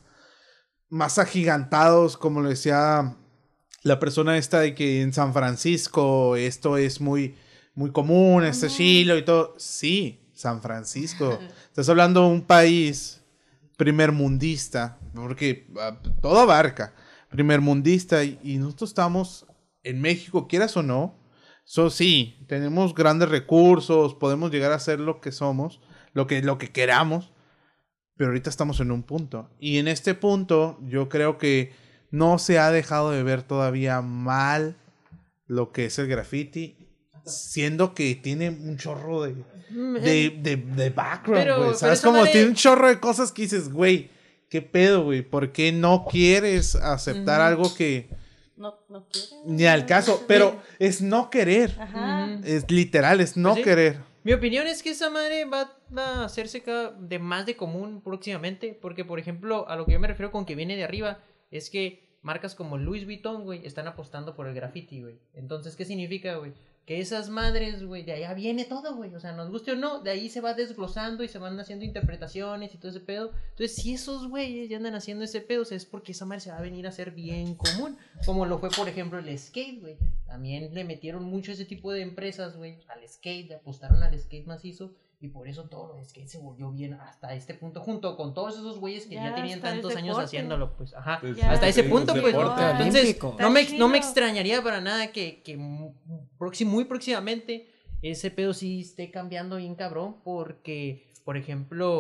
más agigantados, como lo decía la persona esta de que en San Francisco esto es muy, muy común, este estilo y todo. Sí, San Francisco. Estás hablando de un país primermundista, porque uh, todo abarca, primermundista, y, y nosotros estamos en México, quieras o no. So, sí, tenemos grandes recursos, podemos llegar a ser lo que somos, lo que, lo que queramos, pero ahorita estamos en un punto. Y en este punto yo creo que no se ha dejado de ver todavía mal lo que es el graffiti, siendo que tiene un chorro de, de, de, de background, Pero- güey. pero ¿Sabes esa cómo? madre- Tiene un chorro de cosas que dices, güey, ¿qué pedo, güey? ¿Por qué no quieres aceptar Ujú. algo que No, no quiere. ni al caso? Pero es no querer. Ajá. Ujú. Es literal, es no Pues sí. querer. Mi opinión es que esa madre va a hacerse cada de más de común próximamente. Porque, por ejemplo, a lo que yo me refiero con que viene de arriba, es que marcas como Louis Vuitton, güey, están apostando por el graffiti, güey. Entonces, ¿qué significa, güey? Que esas madres, güey, de allá viene todo, güey. O sea, nos guste o no, de ahí se va desglosando y se van haciendo interpretaciones y todo ese pedo. Entonces, si esos güeyes ya andan haciendo ese pedo, o sea, es porque esa madre se va a venir a hacer bien común. Como lo fue, por ejemplo, el skate, güey. También le metieron mucho ese tipo de empresas, güey, al skate, le apostaron al skate macizo. Y por eso todo el skate se volvió bien hasta este punto, junto con todos esos güeyes que ya, Ya tenían hasta es tantos años deporte. haciéndolo, pues, ajá. Pues, Ya. Hasta te ese digo, punto, es pues. deporte. Entonces, olímpico. no me, Está no me chido. extrañaría para nada que, que mu- próxim- muy próximamente ese pedo sí esté cambiando bien cabrón, porque, por ejemplo,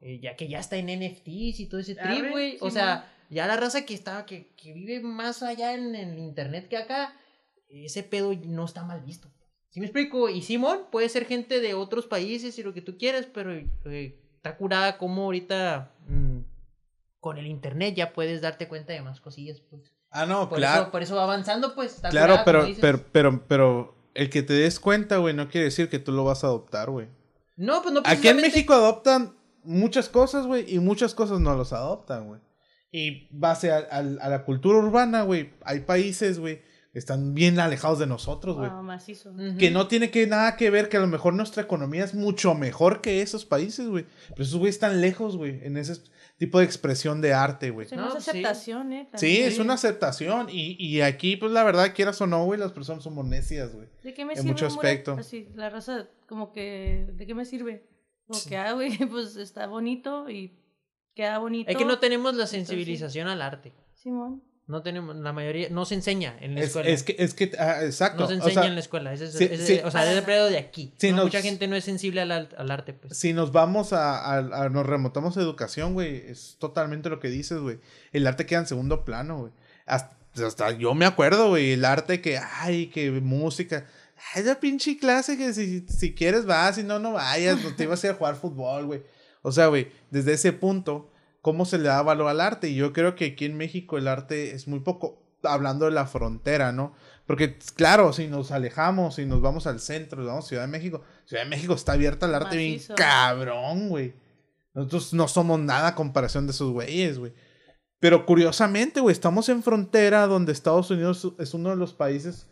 eh, ya que ya está en N F Ts y todo ese Arre, trip, güey. O Simón. sea, ya la raza que está, que, que vive más allá en el internet que acá, ese pedo no está mal visto. ¿Sí me explico? Y Simón puede ser gente de otros países y lo que tú quieras, pero eh, está curada como ahorita mm, con el internet ya puedes darte cuenta de más cosillas, pues. Ah, no, Por, claro. eso, por eso va avanzando, pues. Está Claro, curada, pero, como dices. pero, pero, pero el que te des cuenta, güey, no quiere decir que tú lo vas a adoptar, güey. No, pues no Aquí en precisamente- México adoptan muchas cosas, güey, y muchas cosas no los adoptan, güey. Y base a, a- a la cultura urbana, güey, hay países, güey, que están bien alejados de nosotros, güey. Wow, macizo. Ujú. Que no tiene que nada que ver, que a lo mejor nuestra economía es mucho mejor que esos países, güey. Pero esos güeyes están lejos, güey, en ese tipo de expresión de arte, güey. O sea, No, más pues sí. aceptación, ¿eh? Sí, También. es una aceptación. Y, y aquí, pues la verdad, quieras o no, güey, las personas somos necias, güey. ¿De qué me en sirve? mucho un mural? aspecto. Así, la raza, como que, ¿de qué me sirve? Como que, ah, güey, pues está bonito y queda bonito. Es que no tenemos la sensibilización al arte. Simón. No tenemos, la mayoría, no se enseña en la Es, escuela. es que, es que, ah, exacto. no se O enseña sea, en la escuela. Ese es, sí, ese- sí. O sea, es el pedo de aquí. Sí, No, nos- Mucha gente no es sensible al, al arte, pues. si nos vamos a, a- a- nos remontamos a educación, güey, es totalmente lo que dices, güey. El arte queda en segundo plano, güey. Hasta, hasta yo me acuerdo, güey, el arte que, ay, que música. Ay, esa pinche clase que si, si quieres vas, si no, no vayas, no te ibas a ir a jugar fútbol, güey. O sea, güey, desde ese punto, ¿cómo se le da valor al arte? Y yo creo que aquí en México el arte es muy poco, hablando de la frontera, ¿no? Porque, claro, si nos alejamos, si nos vamos al centro, nos vamos a Ciudad de México, Ciudad de México está abierta al arte bien Macizo. cabrón, güey. Nosotros no somos nada a comparación de esos güeyes, güey. Pero curiosamente, güey, estamos en frontera donde Estados Unidos es uno de los países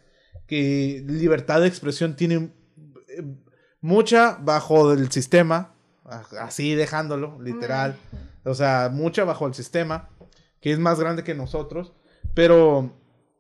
que libertad de expresión tiene eh, mucha bajo el sistema, a- así dejándolo, literal. O sea, mucha bajo el sistema, que es más grande que nosotros. Pero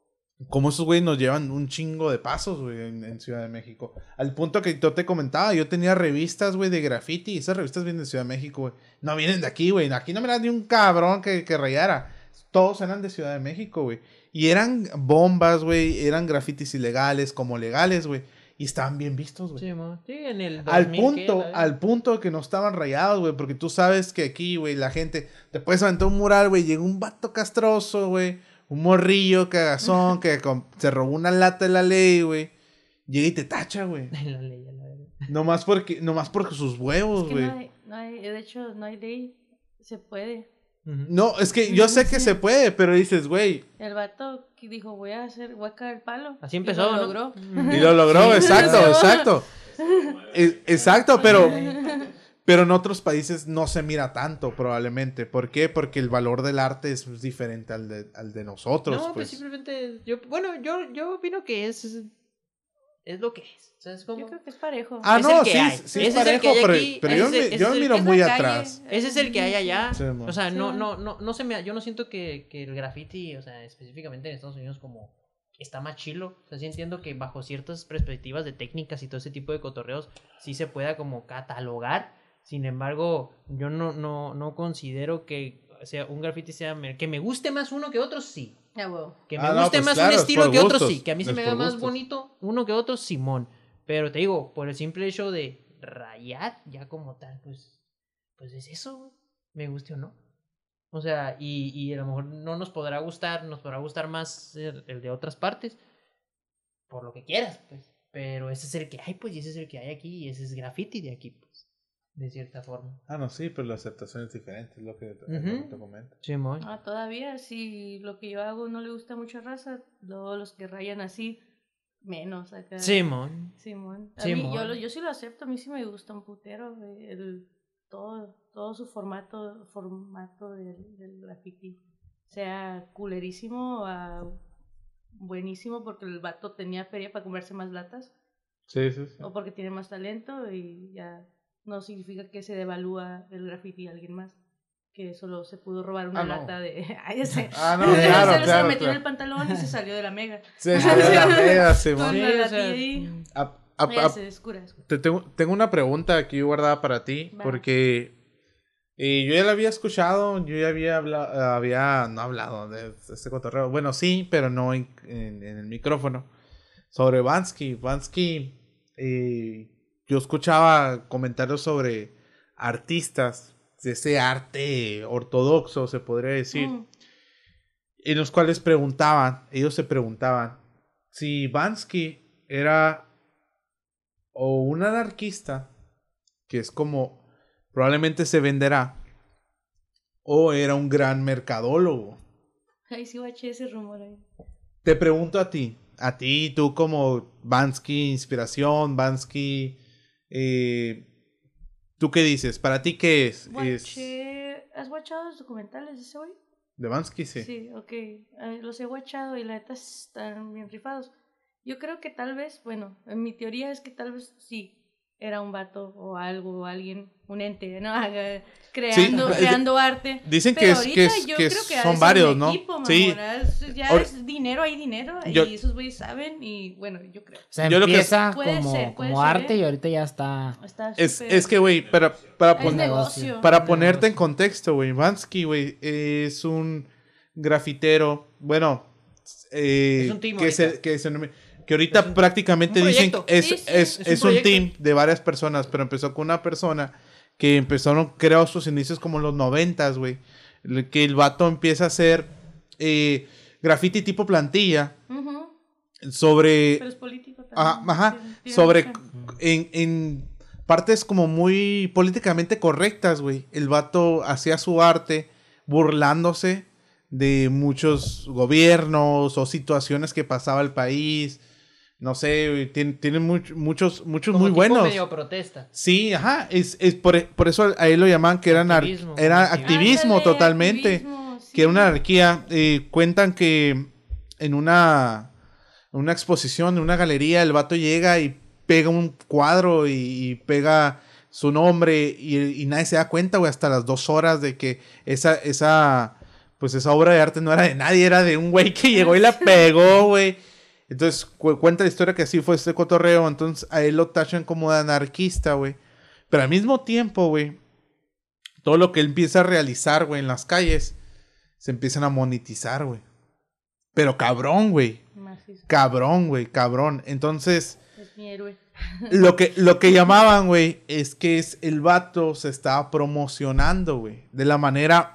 como esos güeyes nos llevan un chingo de pasos, güey, en, en Ciudad de México. Al punto que yo te comentaba, yo tenía revistas, güey, de graffiti. Y esas revistas vienen de Ciudad de México, güey. No vienen de aquí, güey. Aquí no me das ni un cabrón que, que rayara. Todos eran de Ciudad de México, güey. Y eran bombas, güey. Eran grafitis ilegales como legales, güey. Y estaban bien vistos, güey. Sí, mo. Sí, en el Al dos mil, punto, ¿qué? La- al punto que no estaban rayados, güey. Porque tú sabes que aquí, güey, la gente... Te puedes aventar un mural, güey. Llega un vato castroso, güey. Un morrillo cagazón que com- se robó una lata de la ley, güey. Llega y te tacha, güey. La ley, la verdad. Nomás porque, nomás porque sus Es huevos, que güey. no hay, no hay, de hecho, no hay ley. Se puede. Ujú. No, es que yo sé que se puede, pero dices, güey. El vato que dijo, voy a hacer, voy a caer el palo. Así Y empezó, lo ¿no? logró. Ujú. Y lo logró, exacto, Sí. exacto. E- exacto, pero, pero en otros países no se mira tanto, probablemente. ¿Por qué? Porque el valor del arte es diferente al de, al de nosotros, No, pues, pues. simplemente, yo, bueno, yo, yo opino que es, es lo que es. O sea, es como... Yo creo que es parejo. Ah, es no, el que sí, hay. sí Ese es es el que parejo, hay pero, aquí, pero yo, ese- me, ese yo es me el miro Es muy la calle. atrás. Ese es el que hay allá. Sí, mo. O sea, no, Sí. no, no, no se me, yo no siento que, que el graffiti, o sea, específicamente en Estados Unidos como está más chilo. O sea, sí entiendo que bajo ciertas perspectivas de técnicas y todo ese tipo de cotorreos sí se pueda como catalogar. Sin embargo, yo no, no, no considero que o sea, un graffiti sea me- que me guste más uno que otro, sí. Ah, huevo. Que me Ah, no, guste pues más claro, un es estilo por que otro, gustos, sí. Que a mí se es me por vea más gustos. bonito uno que otro, Simón. Pero te digo, por el simple hecho de rayar, ya como tal, pues, pues es eso, güey. Me guste o no. O sea, y, y a lo mejor no nos podrá gustar, nos podrá gustar más el, el de otras partes, por lo que quieras, pues. Pero ese es el que hay, pues, y ese es el que hay aquí, y ese es graffiti de aquí, pues. De cierta forma. Ah, no, sí, pero la aceptación es diferente, es lo que, es lo Ujú. que te comento. Simón. Ah, todavía, si lo que yo hago no le gusta a mucha raza, luego los que rayan así, menos acá. Simón. Simón. A Simón. mí, yo, lo- yo sí lo acepto, a mí sí me gusta un putero, güey, el, todo, todo su formato, formato del, del graffiti. Sea culerísimo a buenísimo porque el vato tenía feria para comerse más latas Sí, sí, sí. o porque tiene más talento y ya no significa que se devalúa el graffiti a alguien más. Que solo se pudo robar una Ah, no. lata de... Ay, ya sé. Ah, no, Se- claro, se, se claro, lo metió en el claro. pantalón y se salió de la mega. Se salió de la mega, Simón. Con Sí, la o sea, latilla ahí. A- a- Ya a- se descura. descura. Te tengo, tengo una pregunta aquí guardada para ti, Va. porque eh, yo ya la había escuchado, yo ya había hablado, había, no hablado de este cotorreo, bueno, sí, pero no en, en- en el micrófono, sobre Bansky. Bansky, eh, yo escuchaba comentarios sobre artistas de ese arte ortodoxo, se podría decir, Mm. en los cuales preguntaban, ellos se preguntaban, si Bansky era o un anarquista, que es como probablemente se venderá, o era un gran mercadólogo. Ay, sí, guaché ese rumor ahí. Te pregunto a ti, a ti, tú como Bansky Inspiración, Bansky, eh, ¿tú qué dices? ¿Para ti qué es? es Guaché... ¿Has guachado los documentales de ese güey? ¿De Bansky? Sí. Sí, ok. Eh, los he guachado y la neta están bien rifados. Yo creo que tal vez, bueno, en mi teoría es que tal vez sí era un vato o algo o alguien, un ente, ¿no? Haga- Creando, Sí, creando arte. dicen que Pero es- ahorita que es- yo que creo que ha de son ser varios, un ¿no? equipo, Sí. mamona. Es- Ya Ahora- es dinero, hay dinero Yo- y esos güeyes saben y bueno, yo creo. O sea, Yo lo que- empieza Puede como, ser, puede como ser, arte ¿eh? y ahorita ya está... Está Es, súper- es que, güey, para, para, es poner, negocio. para Un ponerte en negocio. contexto, güey, Bansky, güey, es un grafitero, bueno, eh, Es un team que, ahorita. se, que, se- que ahorita Es un- prácticamente un dicen proyecto. que es, Sí, sí, es, es un es un proyecto. team de varias personas, pero empezó con una persona que empezaron, creo, sus inicios como en los noventas, güey, el- que el vato empieza a hacer eh, graffiti tipo plantilla Ujú, sobre... pero es político también. Ajá, ajá, Tiene- tiene sobre mucha- en, en partes como muy políticamente correctas, güey. El vato hacía su arte burlándose de muchos gobiernos o situaciones que pasaba el país. No sé, güey, tiene, tiene much- muchos, muchos Como muy tipo buenos. medio protesta. Sí, ajá, es, es por, por eso a él lo llamaban que era, anar- Activismo, era como activismo Ándale, totalmente, activismo, sí. que era una anarquía. Eh, cuentan que en una, en una exposición, en una galería, el vato llega y pega un cuadro y, y pega su nombre y, y nadie se da cuenta, güey, hasta las dos horas de que esa, esa, pues esa obra de arte no era de nadie, era de un güey que llegó y la pegó, güey. Entonces cu- cuenta la historia que así fue este cotorreo. Entonces a él lo tachan como de anarquista, güey. Pero al mismo tiempo, güey, todo lo que él empieza a realizar, güey, en las calles, se empiezan a monetizar, güey. Pero cabrón, güey. Macizo. Cabrón, güey, cabrón. Entonces, Es mi héroe. lo que, lo que llamaban, güey, es que es el vato se estaba promocionando, güey. De la manera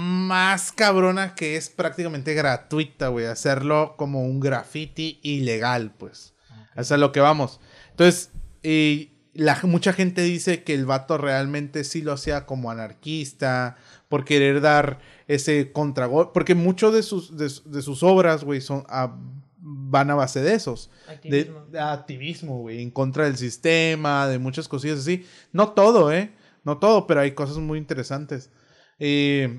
más cabrona que es prácticamente gratuita, güey. Hacerlo como un graffiti ilegal, pues. Eso es a lo que vamos. Entonces, eh, la, mucha gente dice que el vato realmente sí lo hacía como anarquista, por querer dar ese contragol. Porque muchos de sus, de, de sus obras, güey, son... ah, van a base de esos. De, Activismo. de activismo, güey, en contra del sistema, de muchas cosillas así. No todo, ¿eh? No todo, pero hay cosas muy interesantes. Eh,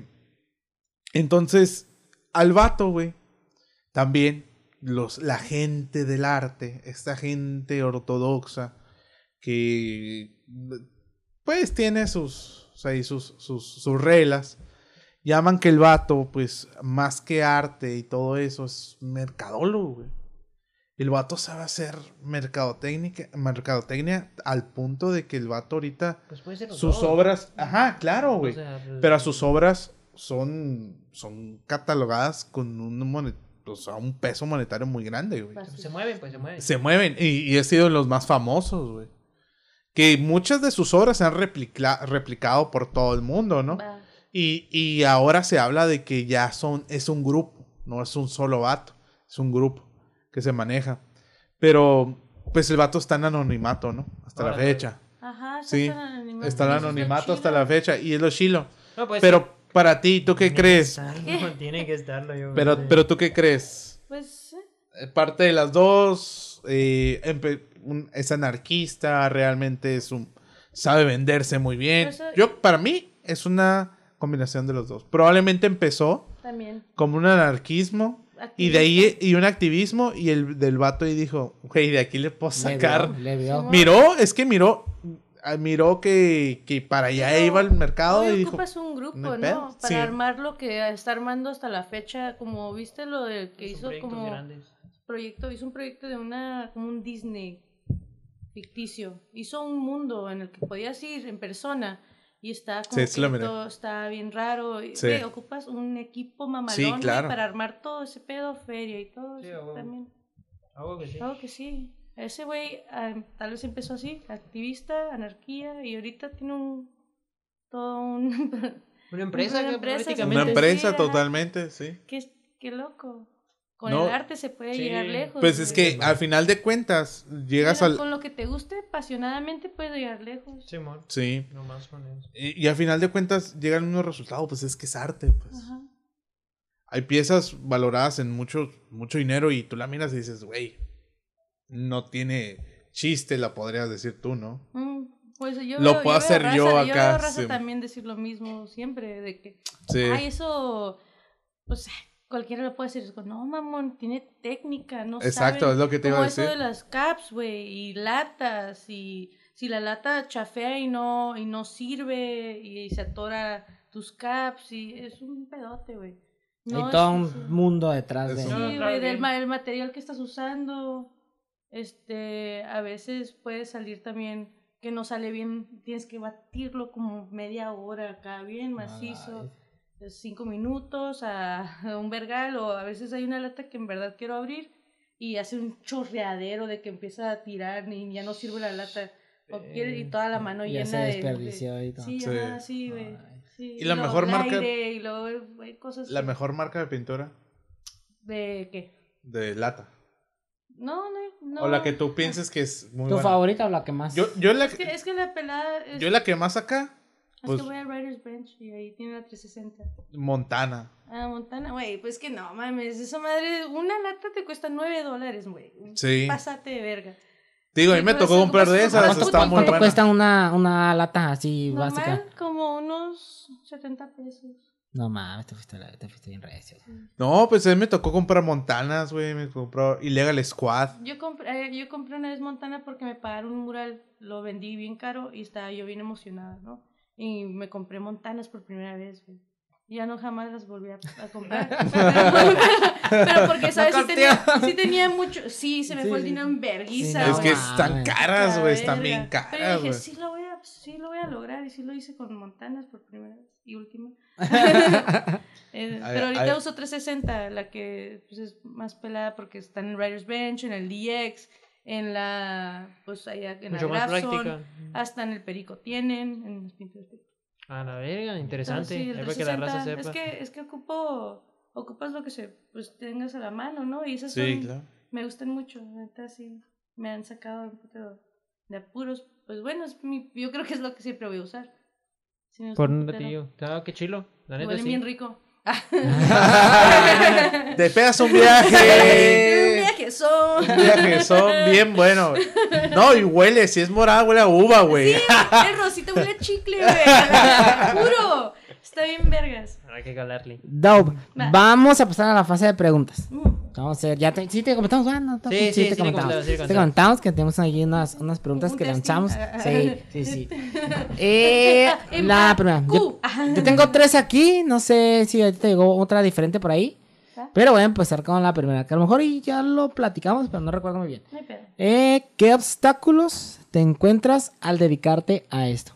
entonces, al vato, güey, también los, la gente del arte, esta gente ortodoxa que, pues, tiene sus, o sea, y sus, sus, sus reglas. Llaman que el vato, pues, más que arte y todo eso, es mercadólogo, güey. El vato sabe hacer mercadotecnia, mercadotecnia al punto de que el vato ahorita, Pues puede ser los sus dos. obras, ajá, claro, O güey. sea, pues, Pero sus obras son, son catalogadas con un, monet, o sea, un peso monetario muy grande, güey. Fácil. se mueven, pues se mueven. Se mueven y, y ha sido de los más famosos, güey. Que muchas de sus obras se han replicla- replicado por todo el mundo, ¿no? Va. Y, y ahora se habla de que ya son, es un grupo, no es un solo vato, es un grupo que se maneja. Pero, pues el vato está en anonimato, ¿no? Hasta la Órale. fecha. Ajá, está Sí, en anonimato. está en Eso anonimato hasta chido. la fecha y es lo chilo. No, pues, Pero para ti, ¿tú qué Tiene que crees? estarlo, tiene que estarlo, yo Pero, creo. pero ¿tú qué crees? Pues, eh, Eh, Parte de las dos, eh, empe- un- es anarquista, realmente es un... sabe venderse muy bien. Pues, eh, Yo, para mí, es una combinación de los dos. Probablemente empezó también. como un anarquismo y de ahí y un activismo y el del vato y dijo, güey, de aquí le puedo Le sacar. vio, le vio. Sí, Miró, es que miró, ah, miró que, que para allá Pero iba el mercado hoy y dijo, ocupas un grupo, "No hay ¿no? pedo". Para Sí. armar lo que está armando hasta la fecha, como viste lo de que son hizo proyectos como grandes. proyecto, hizo un proyecto de una, como un Disney ficticio. Hizo un mundo en el que podías ir en persona y está como Sí, sí lo que miré. todo está bien raro. Y, Sí. güey, ocupas un equipo mamalón, Sí, güey, claro. para armar todo ese pedo, feria y todo Sí, eso a huevo. también. Algo que sí. Claro que sí. Ese güey ah, tal vez empezó así, activista, anarquía, y ahorita tiene un todo un... Una empresa, Una que empresa, prácticamente. Una Sí, empresa ajá. totalmente, sí. qué, qué loco. Con No. el arte se puede Sí. llegar lejos. Pues es güey. que al final de cuentas llegas Mira, al... Con lo que te guste, apasionadamente puedes llegar lejos. Simón, Sí. nomás con eso. Y, y al final de cuentas llega el mismo resultado, pues es que es arte, pues. Ajá. Hay piezas valoradas en mucho, mucho dinero y tú la miras y dices, güey, no tiene chiste, la podrías decir tú, ¿no? Mm, pues yo Lo veo- puedo yo hacer veo yo raza, acá, Yo veo raza sí. también decir lo mismo siempre, de que, Sí. ay, eso, pues cualquiera lo puede hacer. Es como, no, mamón, tiene técnica, no Exacto, saben. es lo que te iba Como a eso decir. de las caps, güey, y latas, y si la lata chafea y no, y no sirve, y se atora tus caps, y es un pedote, güey. No, Hay todo es- sí. un mundo detrás de... Eso. Sí, No, güey, claro que- del ma- el material que estás usando, este, a veces puede salir también que no sale bien, tienes que batirlo como media hora acá, bien macizo, de cinco minutos a, a un vergal, o a veces hay una lata que en verdad quiero abrir y hace un chorreadero de que empieza a tirar y ya no sirve la lata, o quiere- y toda la mano Ya llena se de- desperdició de... y todo. Sí, Sí. ajá, sí, güey. Ay. Sí, Y la luego mejor el marca- aire, y luego hay cosas La que- mejor marca de pintura ¿De qué? de lata. No, no, no. O la que tú pienses que es muy ¿Tu buena. favorita o la que más? Yo, yo la, Es que, es que la pelada es, yo la que más acá, es pues que voy a Writer's Bench y ahí tiene la trescientos sesenta. Montana. Ah, Montana, güey, pues que no mames, esa madre, una lata te cuesta nueve dólares, güey. Sí. Pásate de verga. Te digo, a Sí, mí me pero tocó eso comprar de ocupas- esas, ¿Cuánto- está muy ¿Cuánto buena. cuesta una, una lata así Normal, básica? como unos setenta pesos. No mames, te fuiste, la- te fuiste bien recio. No, pues a mí me tocó comprar Montanas, güey, me compró Illegal Squad. Yo compré, eh, yo compré una vez Montana porque me pagaron un mural, lo vendí bien caro y estaba yo bien emocionada, ¿no? Y me compré Montanas por primera vez, güey. Ya no jamás las volví a, a comprar. Pero porque, ¿sabes? Sí tenía, sí tenía mucho. Sí, se me Sí, fue el sí. dinero en vergüenza. Sí, Es no que mames. están caras, güey, están Verga. bien Pero caras, dije, güey. sí lo, voy a, sí lo voy a lograr. Y sí lo hice con Montanas por primera vez y última. Eh, Ay, pero ahorita ay. uso trescientos sesenta, la que pues, es más pelada porque está en el Writer's Bench, en el D X, en la. Pues allá en Mucho la más Grafson, práctica. hasta en el Perico tienen, en los pinturas. A la verga, interesante. Sí, el Ahí para que la raza trescientos sesenta, sepa. Es que, es que ocupo, ocupas lo que se, pues tengas a la mano, ¿no? Y esas Sí, son, claro. me gustan mucho, la neta sí, me han sacado un poquito de apuros. Pues bueno, es mi, yo creo que es lo que siempre voy a usar. Sí me gusta Por un un putero. ratillo. Claro, qué chilo. La neta Huelen sí. bien rico. Te pegas un Un viaje. viaje son. Un viaje, son bien buenos. No, y huele, si es morada, huele a uva, güey. El rosita huele a chicle, güey. Puro. Está bien vergas. Hay que calarle. Dope. Va. Vamos a pasar a la fase de preguntas. Mm. Vamos a ver, ya te, sí te comentamos, bueno, no, Sí, sí, sí, te le comentamos. comentaba, sí le Te comentaba. comentamos que tenemos ahí unas, unas preguntas Un que testing. lanzamos. Ah, Sí, sí, sí. Eh, M la A primera. Q. Yo, yo tengo tres aquí, no sé si ahorita te llegó otra diferente por ahí. ¿Va? Pero voy a empezar con la primera, que a lo mejor y ya lo platicamos, pero no recuerdo muy bien. No hay pedo. Eh, ¿qué obstáculos te encuentras al dedicarte a esto?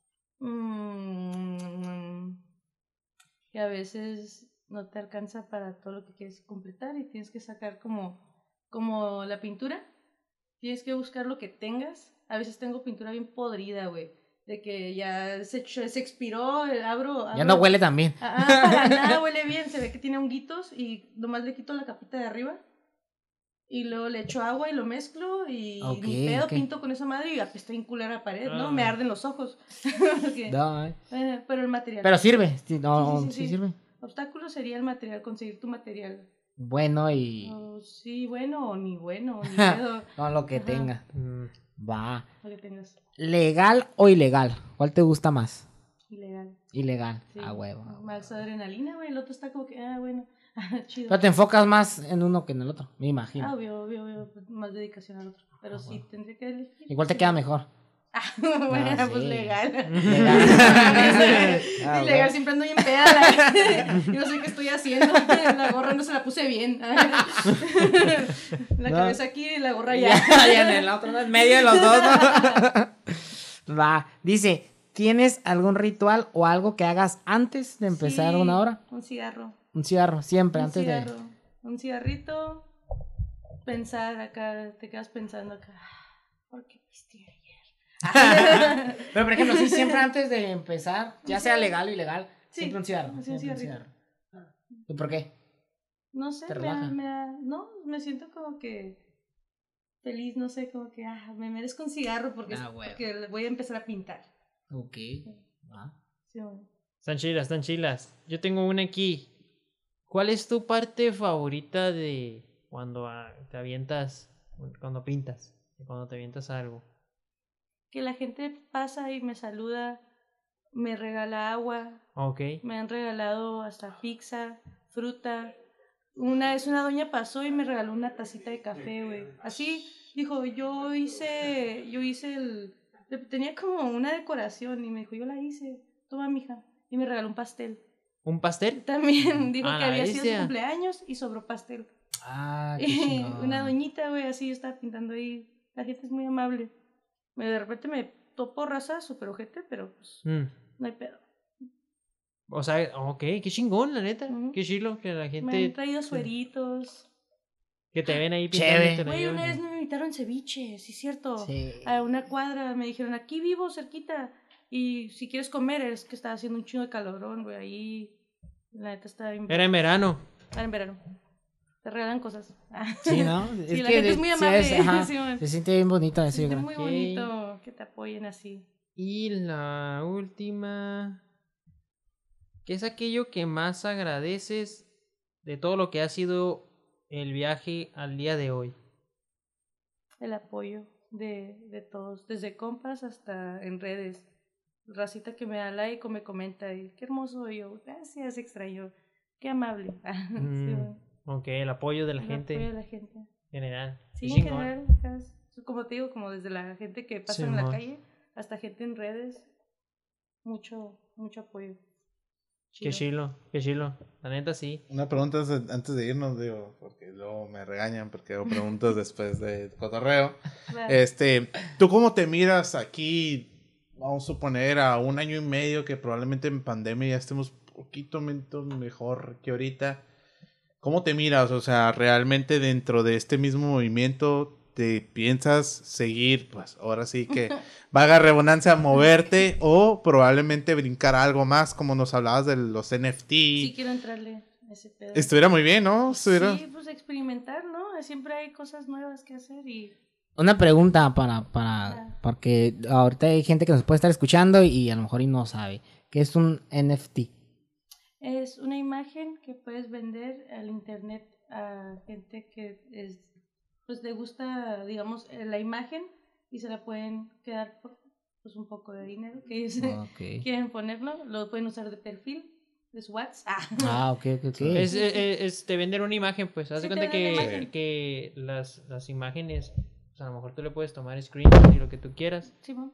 Mm, que a veces no te alcanza para todo lo que quieres completar y tienes que sacar como, como la pintura. Tienes que buscar lo que tengas. A veces tengo pintura bien podrida, güey. De que ya se, echó- se expiró, eh, abro, Ya abro- no huele tan bien. Ah, ah, para nada huele bien. Se ve que tiene honguitos y nomás le quito la capita de arriba. Y luego le echo agua y lo mezclo y Ok, ni pedo ok. pinto con esa madre y apesta bien culera la pared, ¿no? Ah. Me arden los ojos. Porque- No, eh. eh, pero el material. Pero sirve, sí, no, Sí, sí, sí, sí, sí. sirve. Obstáculo sería el material, conseguir tu material. Bueno y O sí, bueno o ni bueno, ni pedo, con lo que Ajá. tenga. Mm, Va. lo que tengas. ¿Legal o ilegal? ¿Cuál te gusta más? Ilegal. Ilegal. Sí. A huevo. Más adrenalina, güey. El otro está como que, ah, bueno, chido. Pero te enfocas más en uno que en el otro, me Ah, imagino. obvio, obvio, obvio. Más dedicación al otro. Pero Ah, sí, bueno. tendré que elegir. Igual te Sí. queda mejor. Ah, bueno, Ah, pues sí. legal. Legal. Ah, Ilegal, bueno. siempre ando bien peda. La... Yo no sé qué estoy haciendo. La gorra no se la puse bien. La No. cabeza aquí y la gorra ya. Ya, ya en el otro, ¿no? En medio de los dos, ¿no? Va. Dice, ¿tienes algún ritual o algo que hagas antes de empezar Sí, una hora? Un cigarro. Un cigarro, siempre, Un antes cigarro. de... Un cigarrito. Pensar acá, te quedas pensando acá. ¿Por qué pisteé ayer? Pero, por ejemplo, sí, siempre antes de empezar, ya sea legal o ilegal, Sí, siempre un cigarro. sí, un siempre un cigarrito. cigarro. ¿Y por qué? No sé, ¿Te me da, relaja? me da- no, me siento como que feliz, no sé, como que ah, me merezco un cigarro porque, Ah, es- huevo. porque voy a empezar a pintar. Ok. Ah. Sí, bueno. Están chilas, están chilas. Yo tengo una aquí. ¿Cuál es tu parte favorita de cuando ah, te avientas, cuando pintas, cuando te avientas algo? Que la gente pasa y me saluda, me regala agua, Ok. me han regalado hasta pizza, fruta. Una vez una doña pasó y me regaló una tacita de café, güey. Así, dijo, yo hice, yo hice el... Tenía como una decoración y me dijo, yo la hice. Toma, mija. Y me regaló un pastel. ¿Un pastel? También dijo A que la había sido su bestia. cumpleaños y sobró pastel. Ah, qué Y chingón. una doñita, güey, así yo estaba pintando ahí. La gente es muy amable. Me- De repente me topo raza súper ojete, pero pues Mm. no hay pedo. O sea, ok, qué chingón, la neta. Ujú. Qué chilo que la Me gente han traído sueritos. que te ven ahí pintando Chévere. y te lo Güey, una llevan. vez me invitaron ceviche, sí es cierto. Sí. A una cuadra me dijeron, aquí vivo, cerquita. Y si quieres comer, es que estaba haciendo un chingo de calorón, güey. Ahí, la neta estaba bien. Era en verano. Era en verano. Te regalan cosas. Sí, ¿no? Sí, la gente es muy amable, sí, ajá, sí, man. se siente bien bonito eso, Se yo siente creo. muy Ok. bonito que te apoyen así. Y la última, ¿qué es aquello que más agradeces de todo lo que ha sido el viaje al día de hoy? El apoyo de, de todos, desde compas hasta en redes. Racita que me da like o me comenta y qué hermoso y yo, gracias, extraño, qué amable. Sí, Mm, bueno, ok, el apoyo de la el gente apoyo de la gente. en general. Sí, Qué en chingón. general, acá es- como te digo, como desde la gente que pasa en Simón. la calle hasta gente en redes, mucho, mucho apoyo. Qué Chido. chilo, qué chilo. La neta sí. Una pregunta antes de, antes de irnos, digo, porque luego me regañan porque hago preguntas después del cotorreo. Claro. Este, ¿tú cómo te miras aquí? Vamos a suponer a un año y medio que probablemente en pandemia ya estemos un poquito mento- mejor que ahorita. ¿Cómo te miras? O sea, realmente dentro de este mismo movimiento te piensas seguir, pues ahora sí que vaga redundancia, moverte o probablemente brincar a algo más, como nos hablabas de los N F T. Sí quiero entrarle a ese pedo. Estuviera muy bien, ¿no? Estuviera... Sí, pues experimentar, ¿no? Siempre hay cosas nuevas que hacer y... Una pregunta para, para, Ah. porque ahorita hay gente que nos puede estar escuchando y a lo mejor y no sabe. ¿Qué es un N F T? Es una imagen que puedes vender al internet a gente que es, pues le gusta, digamos, eh, la imagen y se la pueden quedar por pues un poco de dinero que ellos Ok. quieren ponerlo, lo pueden usar de perfil, de su WhatsApp. Ah, ok, ok, ok. Es, es, es te vender una imagen, pues. Haz de Sí, te cuenta venden la que, imagen. que las, las imágenes, pues a lo mejor tú le puedes tomar screenshot y lo que tú quieras, Simón.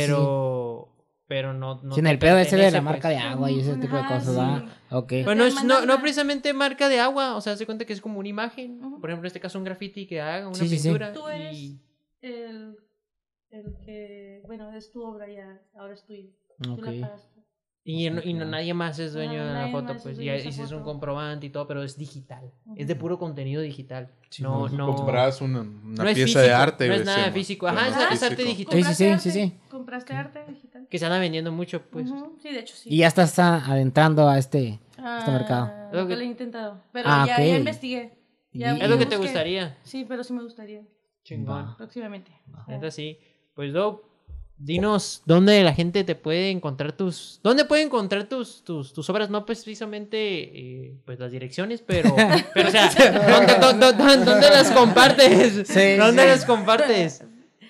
pero pero no, no Sí, en te el pedo ese de pertenece, la marca pues. de agua y ese tipo de Ajá, cosas, sí. ¿verdad? Ok. Pues no, Te es, no, mandan no una- precisamente marca de agua, o sea, haz de cuenta que es como una imagen, Ujú. por ejemplo, en este caso un graffiti que haga, una Sí, sí, sí. pintura. Tú eres y... el, el que, bueno, es tu obra ya, ahora es tuya. Tú Ok. la pagaste. Y, no, y no- Claro. nadie más es dueño Ajá, de la nadie foto, más es pues. Y dueño de esa dices un foto. comprobante y todo, pero es digital. Ujú. Es de puro contenido digital. Sí, no, pues, no. Compras una, una no es pieza de físico, arte. no es güey, nada sí, físico. pero Ajá, no es- es arte físico. digital. Sí, sí, ¿Compraste sí, arte? sí, sí. ¿Compraste arte digital? Que se anda vendiendo mucho, pues. Ujú, sí, de hecho sí. Y ya estás ah, adentrando a este, Ah, este mercado. Es lo nunca que- lo he intentado. Pero Ah, ya, ok. ya investigué. Ya Y- Es lo que busqué. te gustaría. Sí, pero sí me gustaría. Chingón. Va. Próximamente. Neta sí. Pues Dob, dinos dónde la gente te puede encontrar tus. ¿Dónde puede encontrar tus, tus, tus obras? No precisamente eh, pues las direcciones, pero. pero o sea, ¿dónde, dónde, dónde- dónde las compartes? Sí, ¿Dónde sí. las compartes?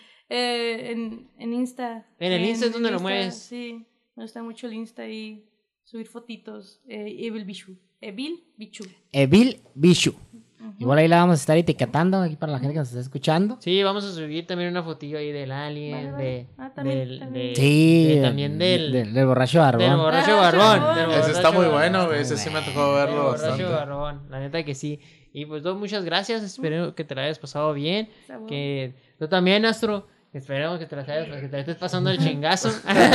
Eh, en, en Insta. En el Insta es donde lo Insta, mueves. Sí, me gusta mucho el Insta y subir fotitos. Eh, Evil Bichu. Evil Bichu. Evil Bishu. Ujú. Igual ahí la vamos a estar etiquetando aquí para la gente que nos está escuchando. Sí, vamos a subir también una fotillo ahí del alien, Vale, vale. de, Ah, también, del, también. de- Sí, de- también del, del, del borracho barbón. del borracho Ah, barbón. barbón. del Ese está borracho muy barbón. bueno, güey. Está Ese sí me bueno. tocó El verlo borracho bastante. barbón, la neta que sí. Y pues Dob, muchas gracias, espero que te la hayas pasado bien. Sabor. Que tú también, Astro, esperemos que te la hayas, que te la estés pasando el chingazo.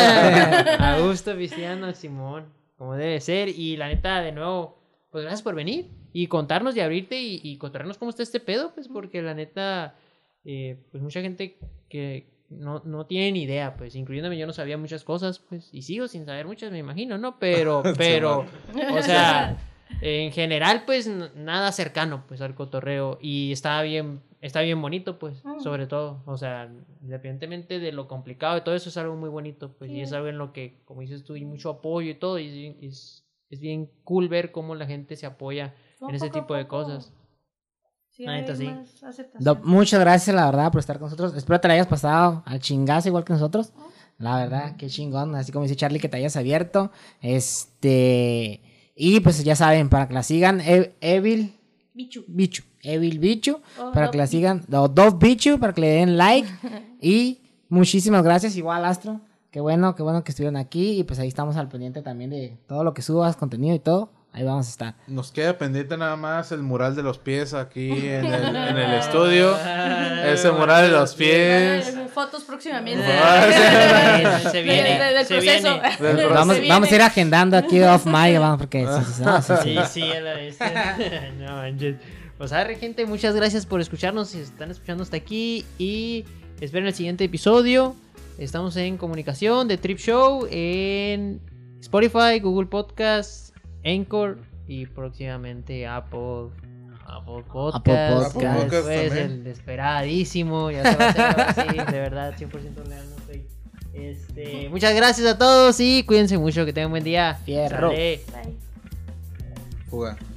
A gusto, pisteando, Simón, como debe ser. Y la neta, de nuevo, pues gracias por venir y contarnos y abrirte y, y contarnos cómo está este pedo, pues porque la neta, eh, pues mucha gente que no, no tienen idea, pues, incluyéndome, yo no sabía muchas cosas, pues, y sigo sin saber muchas, me imagino, ¿no? Pero, pero, o sea, en general, pues, n- nada cercano, pues, al cotorreo, y está bien, está bien bonito, pues, Mm. sobre todo, o sea, independientemente de lo complicado y todo eso, es algo muy bonito, pues, y Sí. es algo en lo que, como dices tú, hay mucho apoyo y todo, y es, es bien cool ver cómo la gente se apoya en ese Poco a tipo de poco. cosas. Sí, La neta, hay sí. más aceptación. Do- muchas gracias, la verdad, por estar con nosotros. Espero te la hayas pasado al chingazo igual que nosotros. La verdad, qué chingón. Así como dice Charlie, que te hayas abierto. Este. Y pues ya saben, para que la sigan, E- Evil Bichu. Bichu. Evil Bichu. O Para Dove que la Bichu. sigan. O Dove Bichu, para que le den like. Y muchísimas gracias, igual, Astro. Qué bueno, qué bueno que estuvieron aquí. Y pues ahí estamos al pendiente también de todo lo que subas, contenido y todo. Ahí vamos a estar. Nos queda pendiente nada más el mural de los pies aquí en el, en el estudio. Ese mural de los pies. Eh, Fotos próximamente. Ah, se De- viene, de- del se proceso. viene. Del Se proceso. Vamos, viene. vamos a ir agendando aquí off mic, vamos, porque sí, sí, sí, no, sí, sí. Sí, sí, a la vez. No manches. Pues a ver, gente, muchas gracias por escucharnos. Si están escuchando hasta aquí. Y esperen el siguiente episodio. Estamos en comunicación de Trip Show en Spotify, Google Podcasts, Anchor y próximamente Apple. Apple Podcast. Podcast. Apple Podcast Después también. el esperadísimo. Ya se va a hacer ahora sí, de verdad, cien por ciento real. No estoy. Este, muchas gracias a todos y cuídense mucho. Que tengan un buen día. Fierro. Sale. Bye. Fuga.